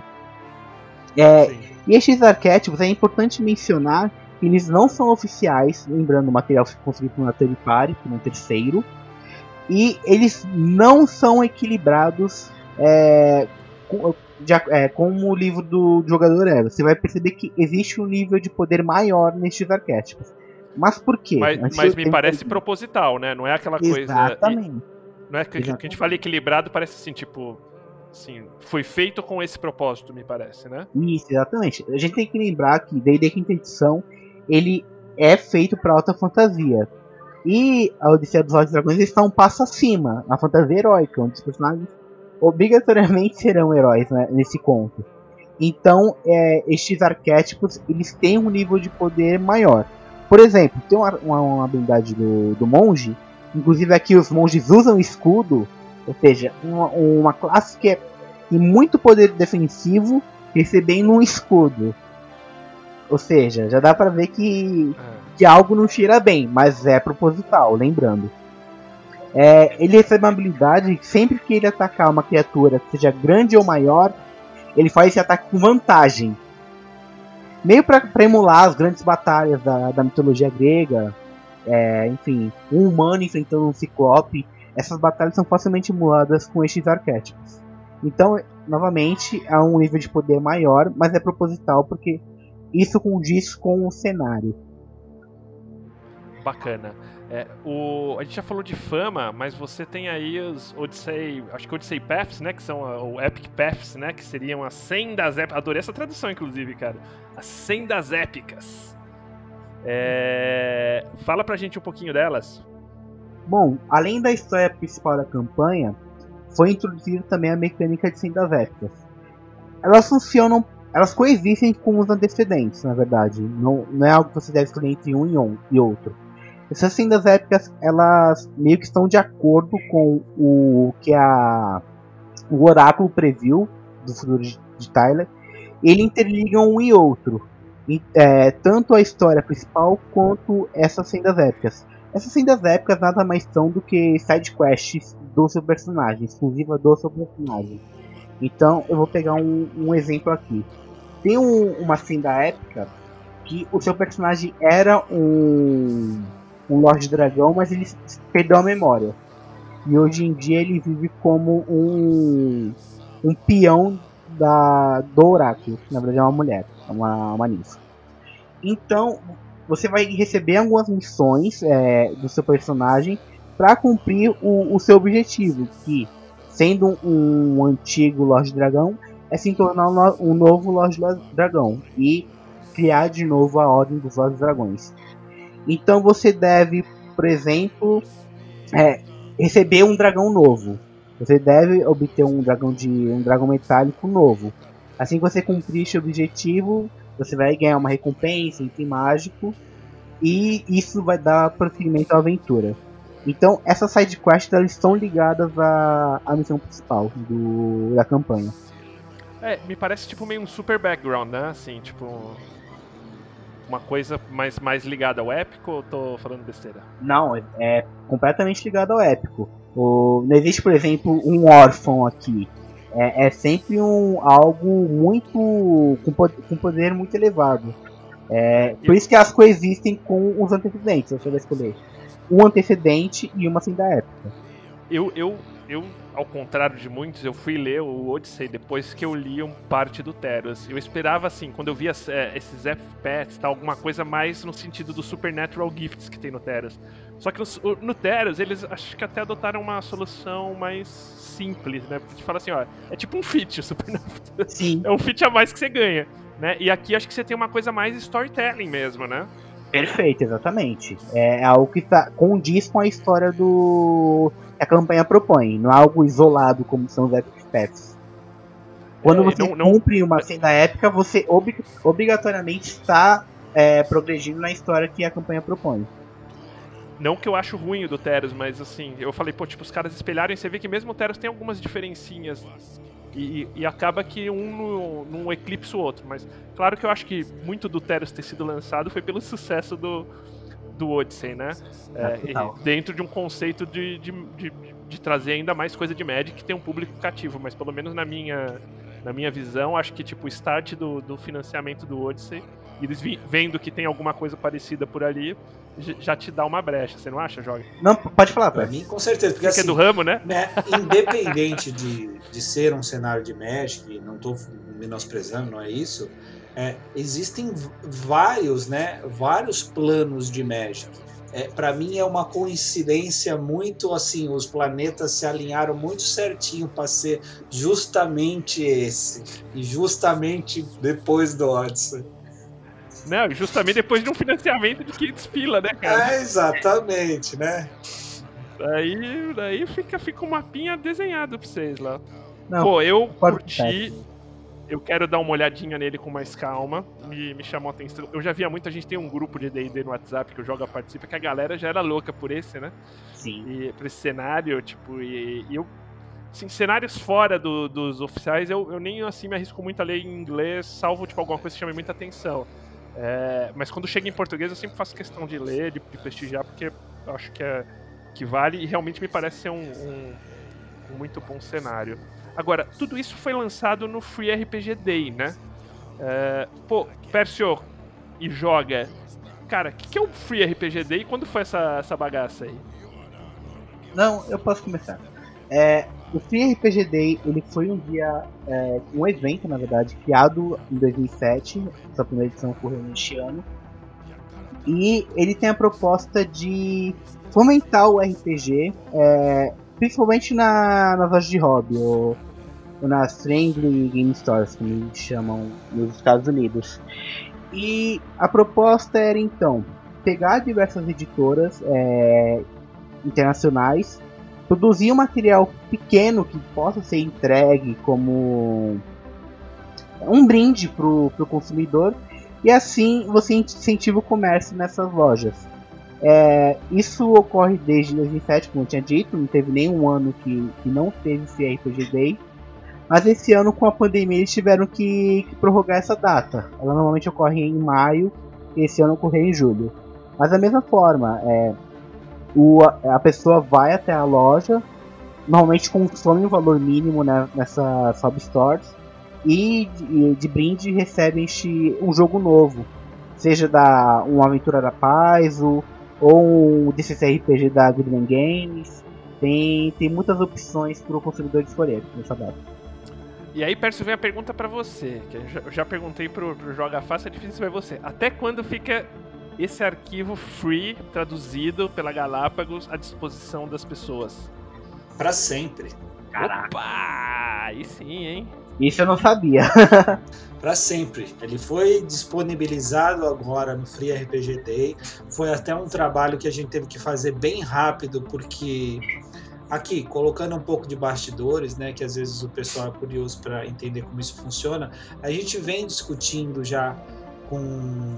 É, e estes arquétipos é importante mencionar que eles não são oficiais, lembrando o material foi construído por uma third party, por um terceiro, e eles não são equilibrados é, com, de, é, como o livro do jogador é. Você vai perceber que existe um nível de poder maior nestes arquétipos. Mas por quê? Mas, Antes mas eu me tenho parece que... proposital, né? Não é aquela Exatamente. coisa... Exatamente. Não é que, Exatamente. que a gente fala equilibrado, parece assim, tipo... Assim, foi feito com esse propósito, me parece, né? Isso, exatamente. A gente tem que lembrar que D e D quinta edição, ele é feito para alta fantasia. E a Odisseia dos Olhos Dragões está um passo acima, a fantasia heróica, onde os personagens obrigatoriamente serão heróis, né, nesse conto. Então, é, estes arquétipos eles têm um nível de poder maior. Por exemplo, tem uma, uma, uma habilidade do, do monge, inclusive aqui os monges usam escudo, ou seja, uma, uma classe que é, tem muito poder defensivo recebendo um escudo. Ou seja, já dá pra ver que, que algo não cheira bem, mas é proposital, lembrando. É, ele recebe uma habilidade que sempre que ele atacar uma criatura, seja grande ou maior, ele faz esse ataque com vantagem. Meio pra, pra emular as grandes batalhas da, da mitologia grega, é, enfim, um humano enfrentando um ciclope. Essas batalhas são facilmente emuladas com estes arquétipos. Então, novamente, há um nível de poder maior, mas é proposital porque isso condiz com o cenário. Bacana. É, o, a gente já falou de fama, mas você tem aí os Odyssey, acho que Odyssey Paths, né, que são a, o Epic Paths, né, que seriam as cem das épicas. Adorei essa tradução, inclusive, cara. As cem das épicas. É, fala pra gente um pouquinho delas. Bom, além da história principal da campanha, foi introduzida também a mecânica de cem das épicas. Elas funcionam, elas coexistem com os antecedentes, na verdade. Não, não é algo que você deve escolher entre um e, um e outro. Essas cem das épicas, elas meio que estão de acordo com o que a, o oráculo previu do futuro de, de Tyler. Ele interligam um e outro. E, é, tanto a história principal quanto essas sendas épicas. Essas sendas épicas nada mais são do que side quests do seu personagem, exclusiva do seu personagem. Então eu vou pegar um, um exemplo aqui. Tem um, uma senda épica que o seu personagem era um, um Lorde Dragão, mas ele perdeu a memória. E hoje em dia ele vive como um, um peão da, do Oráculo. Na verdade é uma mulher, é uma, uma ninfa. Então você vai receber algumas missões é, do seu personagem para cumprir o, o seu objetivo, que sendo um, um antigo Lorde Dragão é se tornar um, no, um novo Lorde Dragão e criar de novo a Ordem dos Lordes Dragões. Então você deve, por exemplo, é, receber um dragão novo. Você deve obter um dragão de um dragão metálico novo. Assim que você cumprir esse objetivo, você vai ganhar uma recompensa, um item mágico, e isso vai dar prosseguimento à aventura. Então essas side quests elas estão ligadas à, à missão principal do, da campanha. É, me parece tipo meio um super background, né? Assim, tipo uma coisa mais, mais ligada ao épico, ou tô falando besteira? Não, é, é completamente ligado ao épico. O, não existe, por exemplo, um órfão aqui. É, é sempre um, algo muito com, com poder muito elevado. É, por isso que elas coexistem com os antecedentes. Você vai escolher um antecedente e uma senda épica. Eu, eu, eu, ao contrário de muitos, eu fui ler o Odyssey depois que eu li um parte do Theros. Eu esperava, assim, quando eu via é, esses F P S, tá, alguma coisa mais no sentido dos Supernatural Gifts que tem no Theros. Só que no, no Theros, eles acho que até adotaram uma solução mais simples, né? Porque te fala assim, ó, é tipo um feat, o Supernatural. Sim. É um feat a mais que você ganha, né? E aqui acho que você tem uma coisa mais storytelling mesmo, né? Perfeito, exatamente. É algo que tá, condiz com a história do que a campanha propõe, não é algo isolado como são os Epic Paths. Quando É, você não, não... cumpre uma senda épica, você ob obrigatoriamente está é, progredindo na história que a campanha propõe. Não que eu acho ruim o do Theros, mas assim, eu falei, pô, tipo, os caras espelharem, você vê que mesmo o Theros tem algumas diferencinhas. E, e acaba que um não eclipsa o outro. Mas claro que eu acho que muito do Theros ter sido lançado foi pelo sucesso do, do Odyssey, né? É, dentro de um conceito de, de, de, de trazer ainda mais coisa de Magic que tem um público cativo. Mas pelo menos na minha, na minha visão, acho que tipo, o start do, do financiamento do Odyssey, eles vi, vendo que tem alguma coisa parecida por ali, já te dá uma brecha, você não acha, Joga? Não, pode falar, pra mim, com certeza. Porque, porque assim, é do ramo, né? né independente de, de ser um cenário de Magic, não estou menosprezando, não é isso. É, existem vários, né, vários planos de Magic. É, para mim é uma coincidência muito assim, os planetas se alinharam muito certinho para ser justamente esse e justamente depois do Odyssey. Não, justamente depois de um financiamento de quinhentos pila, né, cara? É, exatamente, né? Daí, daí fica, fica um mapinha desenhado pra vocês lá. Não, Pô, eu curti. certo. Eu quero dar uma olhadinha nele com mais calma. Me, me chamou a atenção. Eu já via muito, a gente tem um grupo de D e D no WhatsApp que o Joga participa, que a galera já era louca por esse, né? Sim. E por esse cenário, tipo, e, e eu. Assim, cenários fora do, dos oficiais, eu, eu nem assim me arrisco muito a ler em inglês, salvo tipo, alguma coisa que chame muita atenção. É, mas quando chega em português eu sempre faço questão de ler, de, de prestigiar, porque eu acho que, é, que vale e realmente me parece ser um, um, um muito bom cenário. Agora, tudo isso foi lançado no Free R P G Day, né? É, pô, Pércio e Joga, cara, o que, que é o Free R P G Day e quando foi essa, essa bagaça aí? Não, eu posso começar. É, o Free R P G Day ele foi um dia, é, um evento, na verdade, criado em dois mil e sete, sua primeira edição ocorreu neste ano, e ele tem a proposta de fomentar o R P G, é, principalmente na, nas lojas de hobby, ou, ou nas friendly game stores, como eles chamam nos Estados Unidos. E a proposta era então pegar diversas editoras é, internacionais, produzir um material pequeno que possa ser entregue como um brinde para o consumidor, e assim você incentiva o comércio nessas lojas. É, isso ocorre desde dois mil e sete, como eu tinha dito, não teve nenhum ano que, que não teve esse R P G Day. Mas esse ano, com a pandemia, eles tiveram que, que prorrogar essa data. Ela normalmente ocorre em maio, e esse ano ocorreu em julho. Mas da mesma forma, é, o, a pessoa vai até a loja, normalmente consome um valor mínimo, né, nessa substores, e de, de brinde recebe um jogo novo. Seja da uma Aventura da Paz, ou, ou um D C C R P G da Goodman Games. Tem, tem muitas opções para o consumidor escolher nessa data. E aí, Pércio, vem a pergunta pra você, que eu já, eu já perguntei pro, pro Joga Fácil, é difícil pra você. Até quando fica esse arquivo free, traduzido pela Galápagos, à disposição das pessoas? Pra sempre. Caraca. Opa! Aí sim, hein? Isso eu não sabia. Para sempre. Ele foi disponibilizado agora no Free R P G Day. Foi até um trabalho que a gente teve que fazer bem rápido, porque aqui, colocando um pouco de bastidores, né, que às vezes o pessoal é curioso para entender como isso funciona, a gente vem discutindo já com,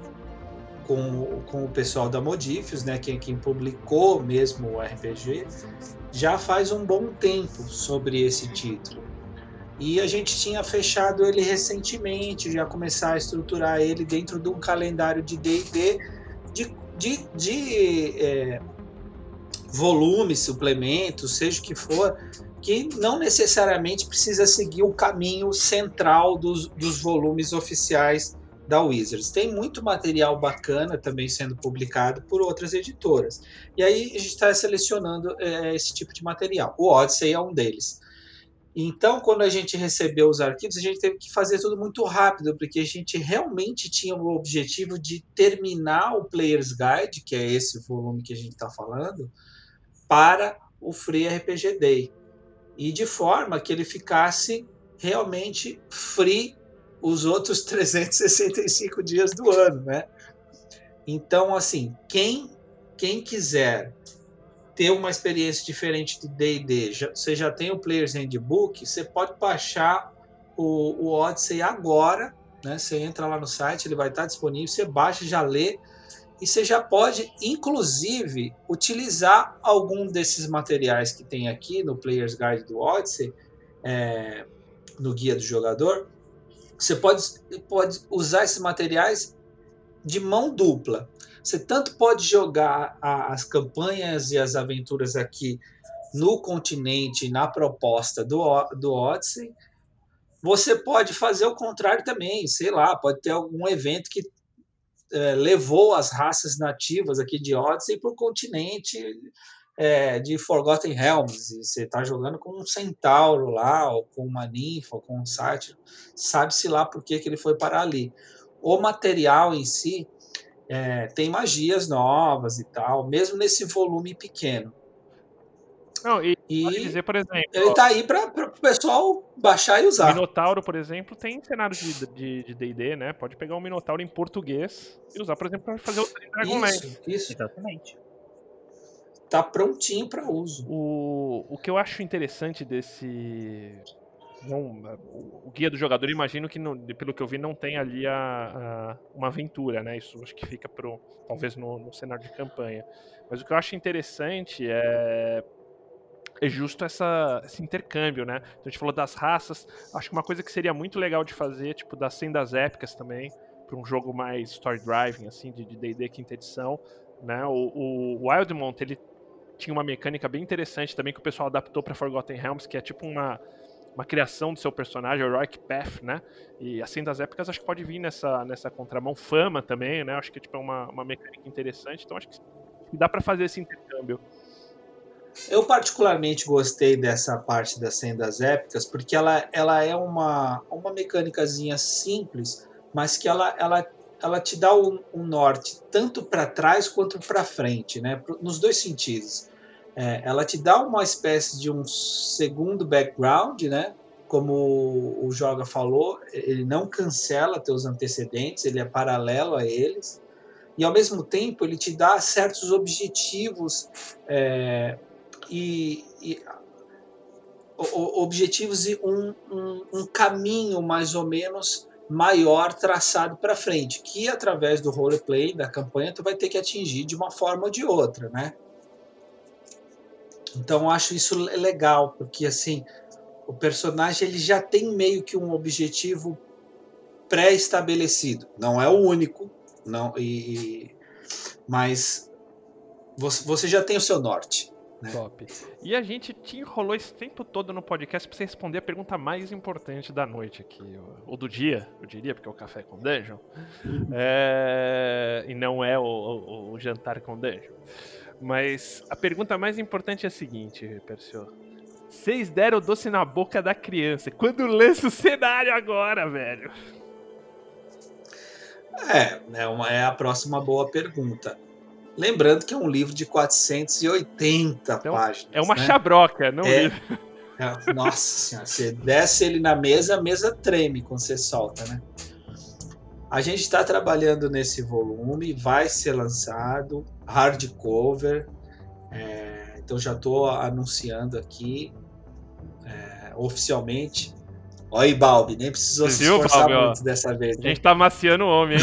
com, com o pessoal da Modifius, né, quem, quem publicou mesmo o R P G, já faz um bom tempo sobre esse título. E a gente tinha fechado ele recentemente, já começar a estruturar ele dentro de um calendário de D e D de, de, de é, volumes, suplementos, seja o que for, que não necessariamente precisa seguir o caminho central dos, dos volumes oficiais da Wizards. Tem muito material bacana também sendo publicado por outras editoras. E aí a gente está selecionando é, esse tipo de material. O Odyssey é um deles. Então, quando a gente recebeu os arquivos, a gente teve que fazer tudo muito rápido, porque a gente realmente tinha o objetivo de terminar o Player's Guide, que é esse volume que a gente está falando, para o Free R P G Day. E de forma que ele ficasse realmente free os outros trezentos e sessenta e cinco dias do ano, né? Então, assim, quem, quem quiser ter uma experiência diferente de D e D, já, você já tem o Player's Handbook, você pode baixar o, o Odyssey agora, né? Você entra lá no site, ele vai estar disponível, você baixa, já lê, e você já pode, inclusive, utilizar algum desses materiais que tem aqui no Player's Guide do Odyssey, é, no Guia do Jogador. Você pode, pode usar esses materiais de mão dupla. Você tanto pode jogar a, as campanhas e as aventuras aqui no continente, na proposta do, do Odyssey. Você pode fazer o contrário também, sei lá, pode ter algum evento que é, levou as raças nativas aqui de Odyssey para o continente é, de Forgotten Realms, e você está jogando com um centauro lá, ou com uma ninfa, ou com um sátiro, sabe-se lá por que, que ele foi parar ali. O material em si é, tem magias novas e tal, mesmo nesse volume pequeno. Não, e, e pode dizer, por exemplo, ele está aí para o pessoal baixar e usar. O Minotauro, por exemplo, tem cenários de D e D, né? Pode pegar um Minotauro em português e usar, por exemplo, para fazer o Dragonlance. Isso, isso. Exatamente. Tá prontinho para uso. O, o que eu acho interessante desse... Não, o guia do jogador, imagino que, no, pelo que eu vi, não tem ali a, a, uma aventura, né? Isso acho que fica pro, talvez no, no cenário de campanha. Mas o que eu acho interessante é, é justo essa, esse intercâmbio, né? Então a gente falou das raças. Acho que uma coisa que seria muito legal de fazer, tipo, das sendas épicas também, para um jogo mais story driving, assim, de D e D quinta edição, né? O, o Wildemount, ele tinha uma mecânica bem interessante também que o pessoal adaptou para Forgotten Realms, que é tipo uma uma criação do seu personagem, o Heroic Path, né? E assim das épocas acho que pode vir nessa, nessa contramão. Fama também, né? Acho que tipo, é uma, uma mecânica interessante, então acho que dá para fazer esse intercâmbio. Eu particularmente gostei dessa parte das sendas épicas, porque ela, ela é uma, uma mecânicazinha simples, mas que ela, ela, ela te dá um, um norte tanto para trás quanto para frente, né? Nos dois sentidos. É, ela te dá uma espécie de um segundo background, né? Como o Joga falou, ele não cancela teus antecedentes, ele é paralelo a eles. E, ao mesmo tempo, ele te dá certos objetivos é, e, e objetivos e um, um, um caminho, mais ou menos, maior traçado para frente, que, através do roleplay, da campanha, tu vai ter que atingir de uma forma ou de outra, né? Então, eu acho isso legal, porque, assim, o personagem ele já tem meio que um objetivo pré-estabelecido. Não é o único, não, e, mas você, você já tem o seu norte. Né? Top. E a gente te enrolou esse tempo todo no podcast pra você responder a pergunta mais importante da noite aqui, ou do dia, eu diria, porque é o café com Dungeon. É... E não é o, o, o jantar com Dungeon. Mas a pergunta mais importante é a seguinte, Persio. Vocês deram o doce na boca da criança. Quando lança o cenário agora, velho? É, é, uma, é a próxima boa pergunta. Lembrando que é um livro de quatrocentas e oitenta então, páginas. É uma né? chabroca, não é, livro. É, nossa senhora, você desce ele na mesa, a mesa treme quando você solta, né? A gente está trabalhando nesse volume, vai ser lançado, hardcover, é, então já estou anunciando aqui é, oficialmente. Olha aí, Balbi, nem precisou se esforçar Balbi, muito ó. dessa vez. Né? A gente tá maciando o homem, hein?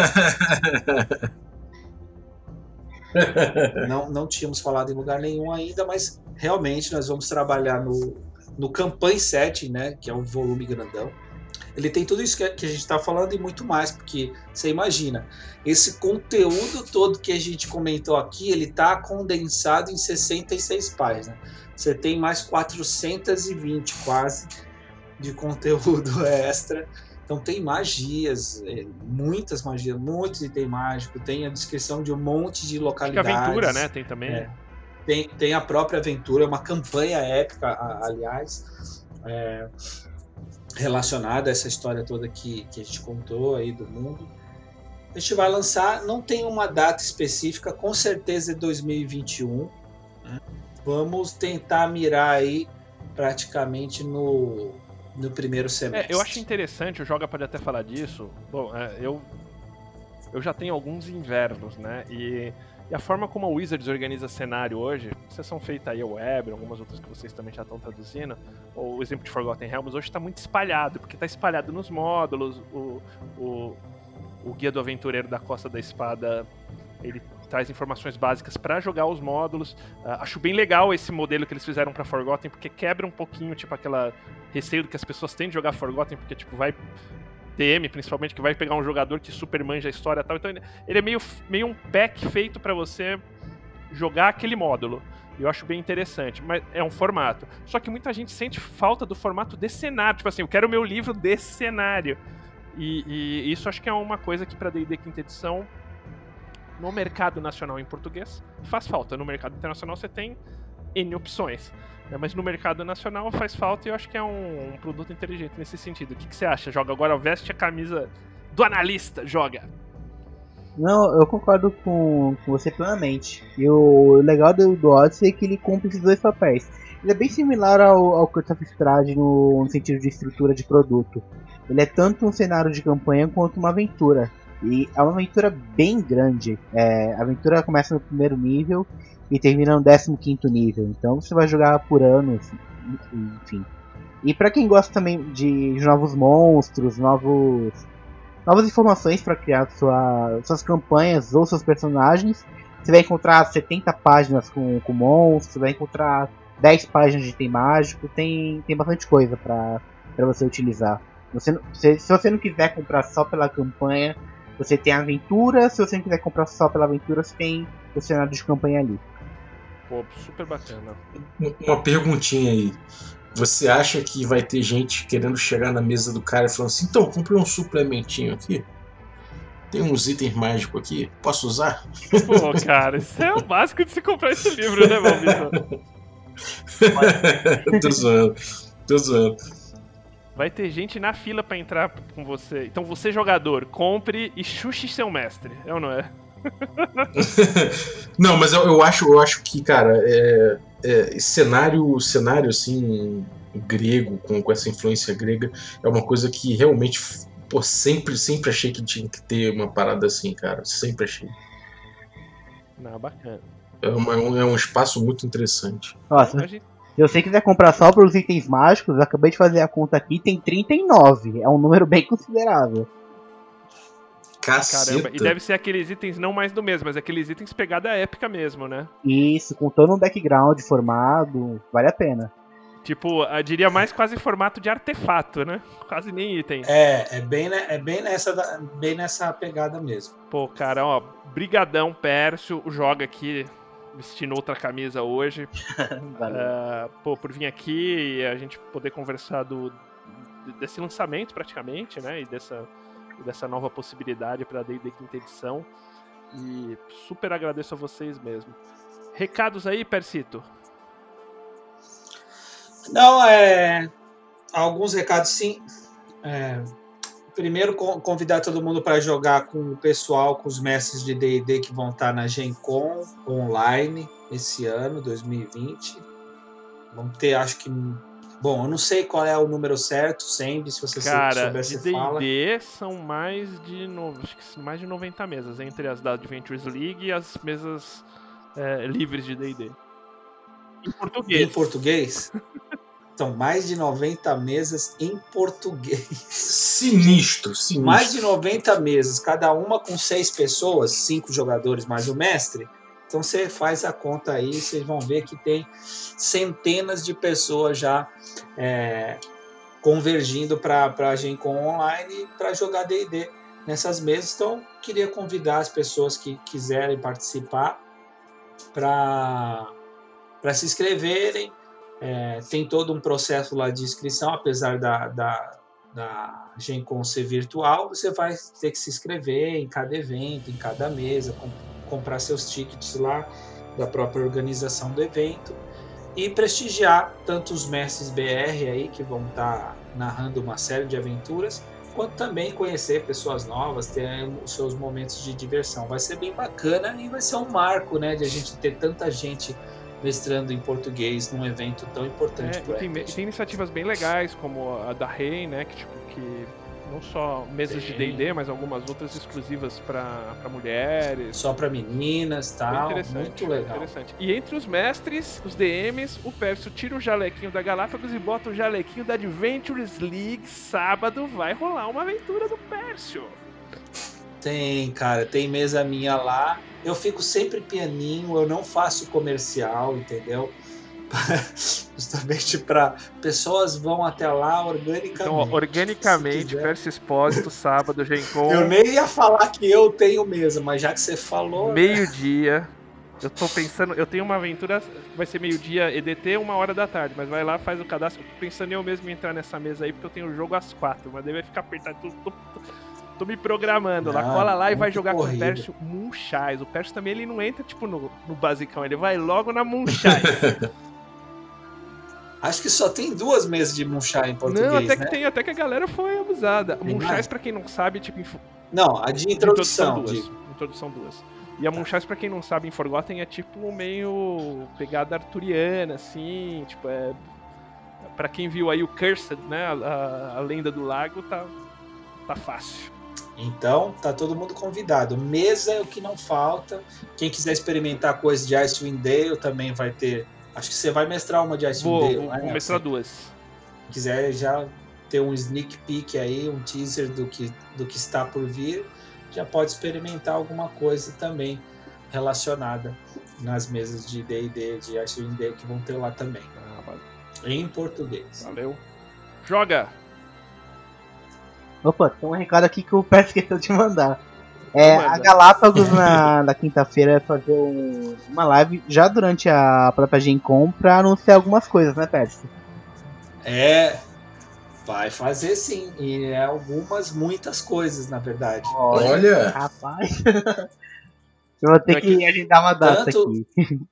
Não, não tínhamos falado em lugar nenhum ainda, mas realmente nós vamos trabalhar no, no Campaign Setting, né, que é um volume grandão. Ele tem tudo isso que, que a gente está falando e muito mais, porque você imagina, esse conteúdo todo que a gente comentou aqui, ele está condensado em sessenta e seis páginas. Você tem mais quatrocentas e vinte quase de conteúdo extra. Então tem magias, muitas magias, muitos itens mágicos, tem a descrição de um monte de localidades. Acho que a aventura, né? Tem também. É, tem, tem a própria aventura, uma campanha épica, aliás, é, relacionada a essa história toda que, que a gente contou aí do mundo. A gente vai lançar, não tem uma data específica, com certeza é dois mil e vinte e um. Né? Vamos tentar mirar aí praticamente no... no primeiro semestre. É, eu acho interessante, o Joga pode até falar disso. Bom, é, eu, eu já tenho alguns invernos, né? E, e a forma como a Wizards organiza cenário hoje, exceção feita aí ao Web, algumas outras que vocês também já estão traduzindo, ou o exemplo de Forgotten Realms, hoje está muito espalhado, porque está espalhado nos módulos, o, o, o Guia do Aventureiro da Costa da Espada, ele traz informações básicas para jogar os módulos. Uh, acho bem legal esse modelo que eles fizeram para Forgotten, porque quebra um pouquinho, tipo, aquela receio que as pessoas têm de jogar Forgotten, porque, tipo, vai... T M, principalmente, que vai pegar um jogador que super manja a história e tal. Então, ele é meio, meio um pack feito para você jogar aquele módulo. Eu acho bem interessante, mas é um formato. Só que muita gente sente falta do formato de cenário. Tipo assim, eu quero o meu livro de cenário. E, e isso acho que é uma coisa que para D e D quinta edição... no mercado nacional em português, faz falta. No mercado internacional você tem N opções. Né? Mas no mercado nacional faz falta e eu acho que é um, um produto inteligente nesse sentido. O que, que você acha? Joga agora, veste a camisa do analista, joga! Não, eu concordo com, com você plenamente. E o legal do, do Odyssey é que ele cumpre esses dois papéis. Ele é bem similar ao, ao Curse of Strahd no, no sentido de estrutura de produto. Ele é tanto um cenário de campanha quanto uma aventura. E é uma aventura bem grande. É, a aventura começa no primeiro nível e termina no décimo quinto nível. Então você vai jogar por anos, enfim. E pra quem gosta também de, de novos monstros, novos, novas informações para criar sua, suas campanhas ou seus personagens, você vai encontrar setenta páginas com, com monstros, você vai encontrar dez páginas de item mágico, tem, tem bastante coisa pra, pra você utilizar. Você, se, se você não quiser comprar só pela campanha, você tem a aventura. Se você não quiser comprar só pela aventura, você tem o cenário de campanha ali. Pô, super bacana. Uma perguntinha aí. Você acha que vai ter gente querendo chegar na mesa do cara e falando assim, então, comprei um suplementinho aqui, tem uns itens mágicos aqui, posso usar? Pô, cara, isso é o básico de se comprar esse livro, né, Valmir? Tô zoando, tô zoando. Vai ter gente na fila pra entrar com você. Então você, jogador, compre e xuxe seu mestre. É ou não é? Não, mas eu, eu, acho, eu acho que, cara, é, é, cenário, cenário assim, grego, com, com essa influência grega, é uma coisa que realmente, pô, sempre, sempre achei que tinha que ter uma parada assim, cara. Sempre achei. Não, bacana. É, uma, é, um, é um espaço muito interessante. Nossa, se você quiser comprar só para os itens mágicos, eu acabei de fazer a conta aqui, tem trinta e nove. É um número bem considerável. Caceta. Caramba, e deve ser aqueles itens não mais do mesmo, mas aqueles itens pegada épica mesmo, né? Isso, com todo um background formado, vale a pena. Tipo, eu diria mais quase formato de artefato, né? Quase nem item. É, é bem, né, é bem, nessa, da- bem nessa pegada mesmo. Pô, cara, ó, brigadão, Pércio, joga aqui, vestindo outra camisa hoje. Valeu. Uh, pô, por vir aqui e a gente poder conversar do, desse lançamento praticamente, né? E dessa, dessa nova possibilidade para a D e D quinta edição. E super agradeço a vocês mesmo. Recados aí, Persito? Não, é. Alguns recados sim. É, primeiro, con- convidar todo mundo para jogar com o pessoal, com os mestres de D e D que vão estar na Gen Con online esse ano, dois mil e vinte. Vamos ter, acho que. Bom, eu não sei qual é o número certo, sempre, se você Cara, souber, de você fala. D e D são mais de, no... acho que mais de noventa mesas, entre as da Adventures League e as mesas é, livres de D e D. Em português. Em português? Então, mais de noventa mesas em português. Sinistro, sinistro. Mais de noventa mesas, cada uma com seis pessoas, cinco jogadores mais o mestre. Então você faz a conta aí, vocês vão ver que tem centenas de pessoas já é, convergindo para a Gen Con online para jogar D e D nessas mesas. Então, queria convidar as pessoas que quiserem participar para se inscreverem. É, tem todo um processo lá de inscrição, apesar da, da, da Gen Con ser virtual, você vai ter que se inscrever em cada evento, em cada mesa, com, comprar seus tickets lá da própria organização do evento e prestigiar tanto os mestres B R aí que vão estar narrando uma série de aventuras, quanto também conhecer pessoas novas, ter os seus momentos de diversão. Vai ser bem bacana e vai ser um marco, né, de a gente ter tanta gente mestrando em português num evento tão importante É, pro e tem, R P G. tem iniciativas bem legais, como a da Rei, né? Que, tipo, que não só mesas de D e D, mas algumas outras exclusivas para mulheres. Só para meninas, Bem tal, interessante, muito bem legal. interessante. E entre os mestres, os D Ms, o Pércio tira o jalequinho da Galápagos e bota o jalequinho da Adventures League. Sábado vai rolar uma aventura do Pércio. Tem, cara, tem mesa minha lá. Eu fico sempre pianinho, eu não faço comercial, entendeu? Justamente para pessoas vão até lá organicamente. Então, ó, organicamente, Pércio Expósito, sábado, Gen Con. Eu nem ia falar que eu tenho mesa, mas já que você falou. Meio-dia. Né? Eu tô pensando, eu tenho uma aventura, vai ser meio-dia E D T, uma hora da tarde, mas vai lá, faz o cadastro. Tô pensando em eu mesmo entrar nessa mesa aí, porque eu tenho o jogo às quatro, mas daí vai ficar apertado. Tô, tô, tô, tô me programando lá. Não, Cola lá e vai muito jogar corrido. com o Pércio Moonshines. O Pércio também ele não entra tipo no, no basicão, ele vai logo na Moonshines. Acho que só tem duas mesas de Moonshine em português, Não, até que né? tem, até que a galera foi abusada. Tem Moonshines, mais? pra quem não sabe, tipo, info- Não, a de introdução. duas. digo. Introdução duas. E a Moonshines, pra quem não sabe, em Forgotten é tipo meio pegada arturiana, assim, tipo, é... Pra quem viu aí o Cursed, né, a, a, a Lenda do Lago, tá, tá fácil. Então, tá todo mundo convidado. Mesa é o que não falta. Quem quiser experimentar coisas de Icewind Dale também vai ter. Acho que você vai mestrar uma de Icewind Vou, Dale, vou, né? vou mestrar Se duas. quiser já ter um sneak peek aí, um teaser do que, do que está por vir, já pode experimentar alguma coisa também relacionada nas mesas de D e D, de Icewind Dale que vão ter lá também. Ah, valeu. Em português. Valeu. Joga! Opa, tem um recado aqui que o Pércio esqueceu de mandar. É, Manda. a Galápagos na, na quinta-feira vai fazer um- uma live já durante a própria Gen Con pra anunciar algumas coisas, né, Pércio? É, vai fazer sim. E é algumas, muitas coisas, na verdade. Olha, Rapaz. Eu vou ter Não, é que agendar uma data Tanto- aqui.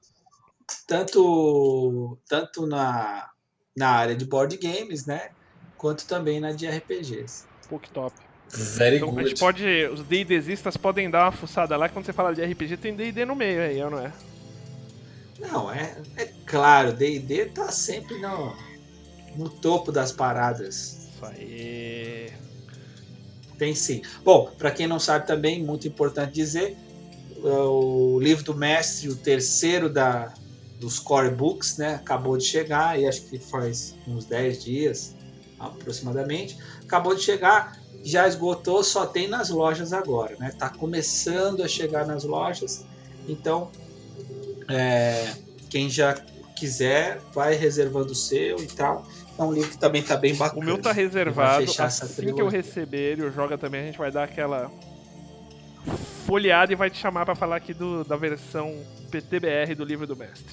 Tanto, tanto na, na área de board games, né? Quanto também na de R P Gs. Pô, que top. very Então a good. gente pode. Os D&Dzistas podem dar uma fuçada lá, que quando você fala de R P G tem D e D no meio aí, não é? Não, é, é claro, D e D tá sempre no, no topo das paradas. Isso aí. Tem sim. Bom, para quem não sabe também, muito importante dizer, o livro do mestre, o terceiro da, dos core books, né, acabou de chegar, e acho que faz uns dez dias aproximadamente, acabou de chegar, já esgotou, só tem nas lojas agora, né? Tá começando a chegar nas lojas, então é, quem já quiser, vai reservando o seu e tal. É um livro que também tá bem bacana. O meu tá Ele vai reservado. fechar essa Assim que eu trilogia. receber ele, o Joga também, a gente vai dar aquela folheada e vai te chamar pra falar aqui do, da versão P T B R do livro do mestre.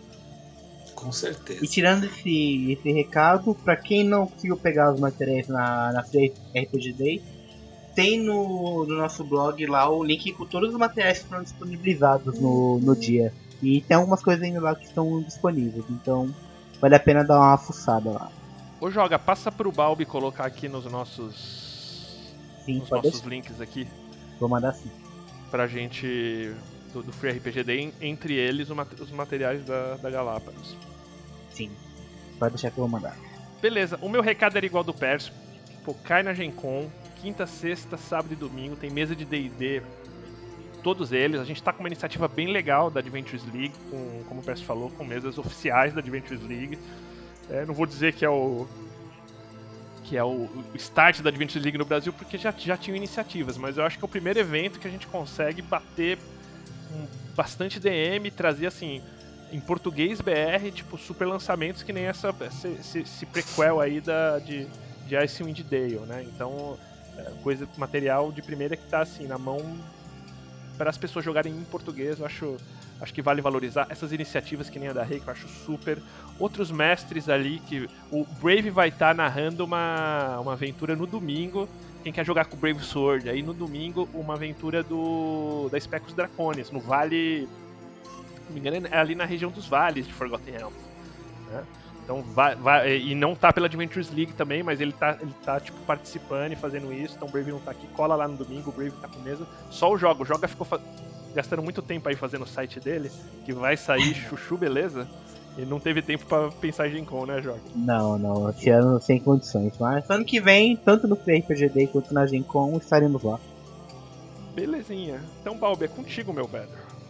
Com certeza. E tirando esse, esse recado, pra quem não conseguiu pegar os materiais na, na Free R P G Day, tem no, no nosso blog lá o link com todos os materiais que foram disponibilizados no, no dia. E tem algumas coisas ainda lá que estão disponíveis, então vale a pena dar uma fuçada lá. Ô Joga, passa pro Balbi colocar aqui nos nossos, Sim, nos pode nossos deixar. links aqui Vou mandar sim. pra gente do, do Free R P G Day, entre eles o mate- os materiais da, da Galápagos. Sim. Pode deixar que eu vou mandar. Beleza, o meu recado era igual do Perso. Pô, cai na Gen Con, quinta, sexta, sábado e domingo, tem mesa de D e D, todos eles. A gente tá com uma iniciativa bem legal da Adventures League, com, como o Perso falou, com mesas oficiais da Adventures League. É, não vou dizer que é o que é o, o start da Adventures League no Brasil, porque já, já tinham iniciativas, mas eu acho que é o primeiro evento que a gente consegue bater com bastante D M, trazer assim, em português B R, tipo, super lançamentos que nem essa, esse, esse prequel aí da, de, de Icewind Dale, né? Então, é, coisa, material de primeira que tá assim, na mão para as pessoas jogarem em português. Eu acho, acho que vale valorizar essas iniciativas que nem a da Rei, que eu acho super. Outros mestres ali, que o Brave vai estar tá narrando uma, uma aventura no domingo. Quem quer jogar com o Brave Sword, aí no domingo uma aventura do da Specus Draconis, no Vale, se não me engano, é ali na região dos vales de Forgotten Realms, né? Então vai, vai, e não tá pela Adventures League também, mas ele tá, ele tá tipo, participando e fazendo isso. Então o Brave não tá aqui, cola lá no domingo, o Brave tá com mesa. Só o Joga, o Joga ficou fa- gastando muito tempo aí fazendo o site dele, que vai sair chuchu, beleza? E não teve tempo pra pensar em Gen Con, né, Joga? Não, não, esse ano sem condições. Mas ano que vem, tanto no Free R P G Day quanto na Gen Con, estaremos lá. Belezinha. Então, Balbi, é contigo, meu velho.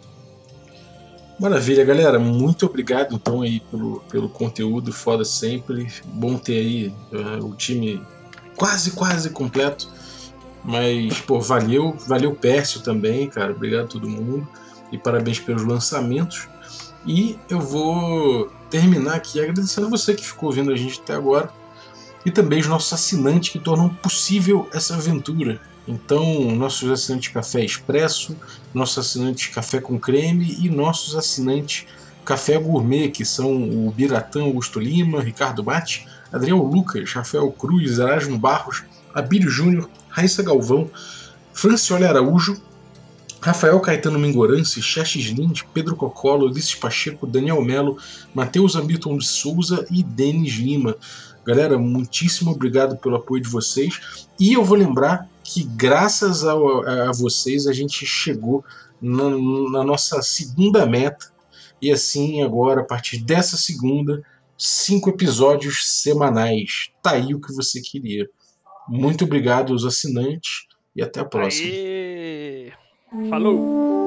Maravilha, galera. Muito obrigado então aí pelo, pelo conteúdo, foda sempre. Bom ter aí uh, o time quase, quase completo. Mas, pô, valeu. Valeu Pércio também, cara. Obrigado a todo mundo. E parabéns pelos lançamentos. E eu vou terminar aqui agradecendo você que ficou ouvindo a gente até agora. E também os nossos assinantes que tornam possível essa aventura. Então, nossos assinantes Café Expresso, nossos assinantes Café com Creme e nossos assinantes Café Gourmet, que são o Biratã Augusto Lima, Ricardo Mate, Adriel Lucas, Rafael Cruz, Erasmo Barros, Abílio Júnior, Raíssa Galvão, Franciole Araújo, Rafael Caetano Mingorance, Xerxes Lins, Pedro Cocolo, Ulisses Pacheco, Daniel Melo, Matheus Hamilton de Souza e Denis Lima. Galera, muitíssimo obrigado pelo apoio de vocês. E eu vou lembrar que graças a, a, a vocês a gente chegou na, na nossa segunda meta. E assim, agora, a partir dessa segunda, cinco episódios semanais. Tá aí o que você queria. Muito obrigado aos assinantes e até a próxima. Aê! Falou!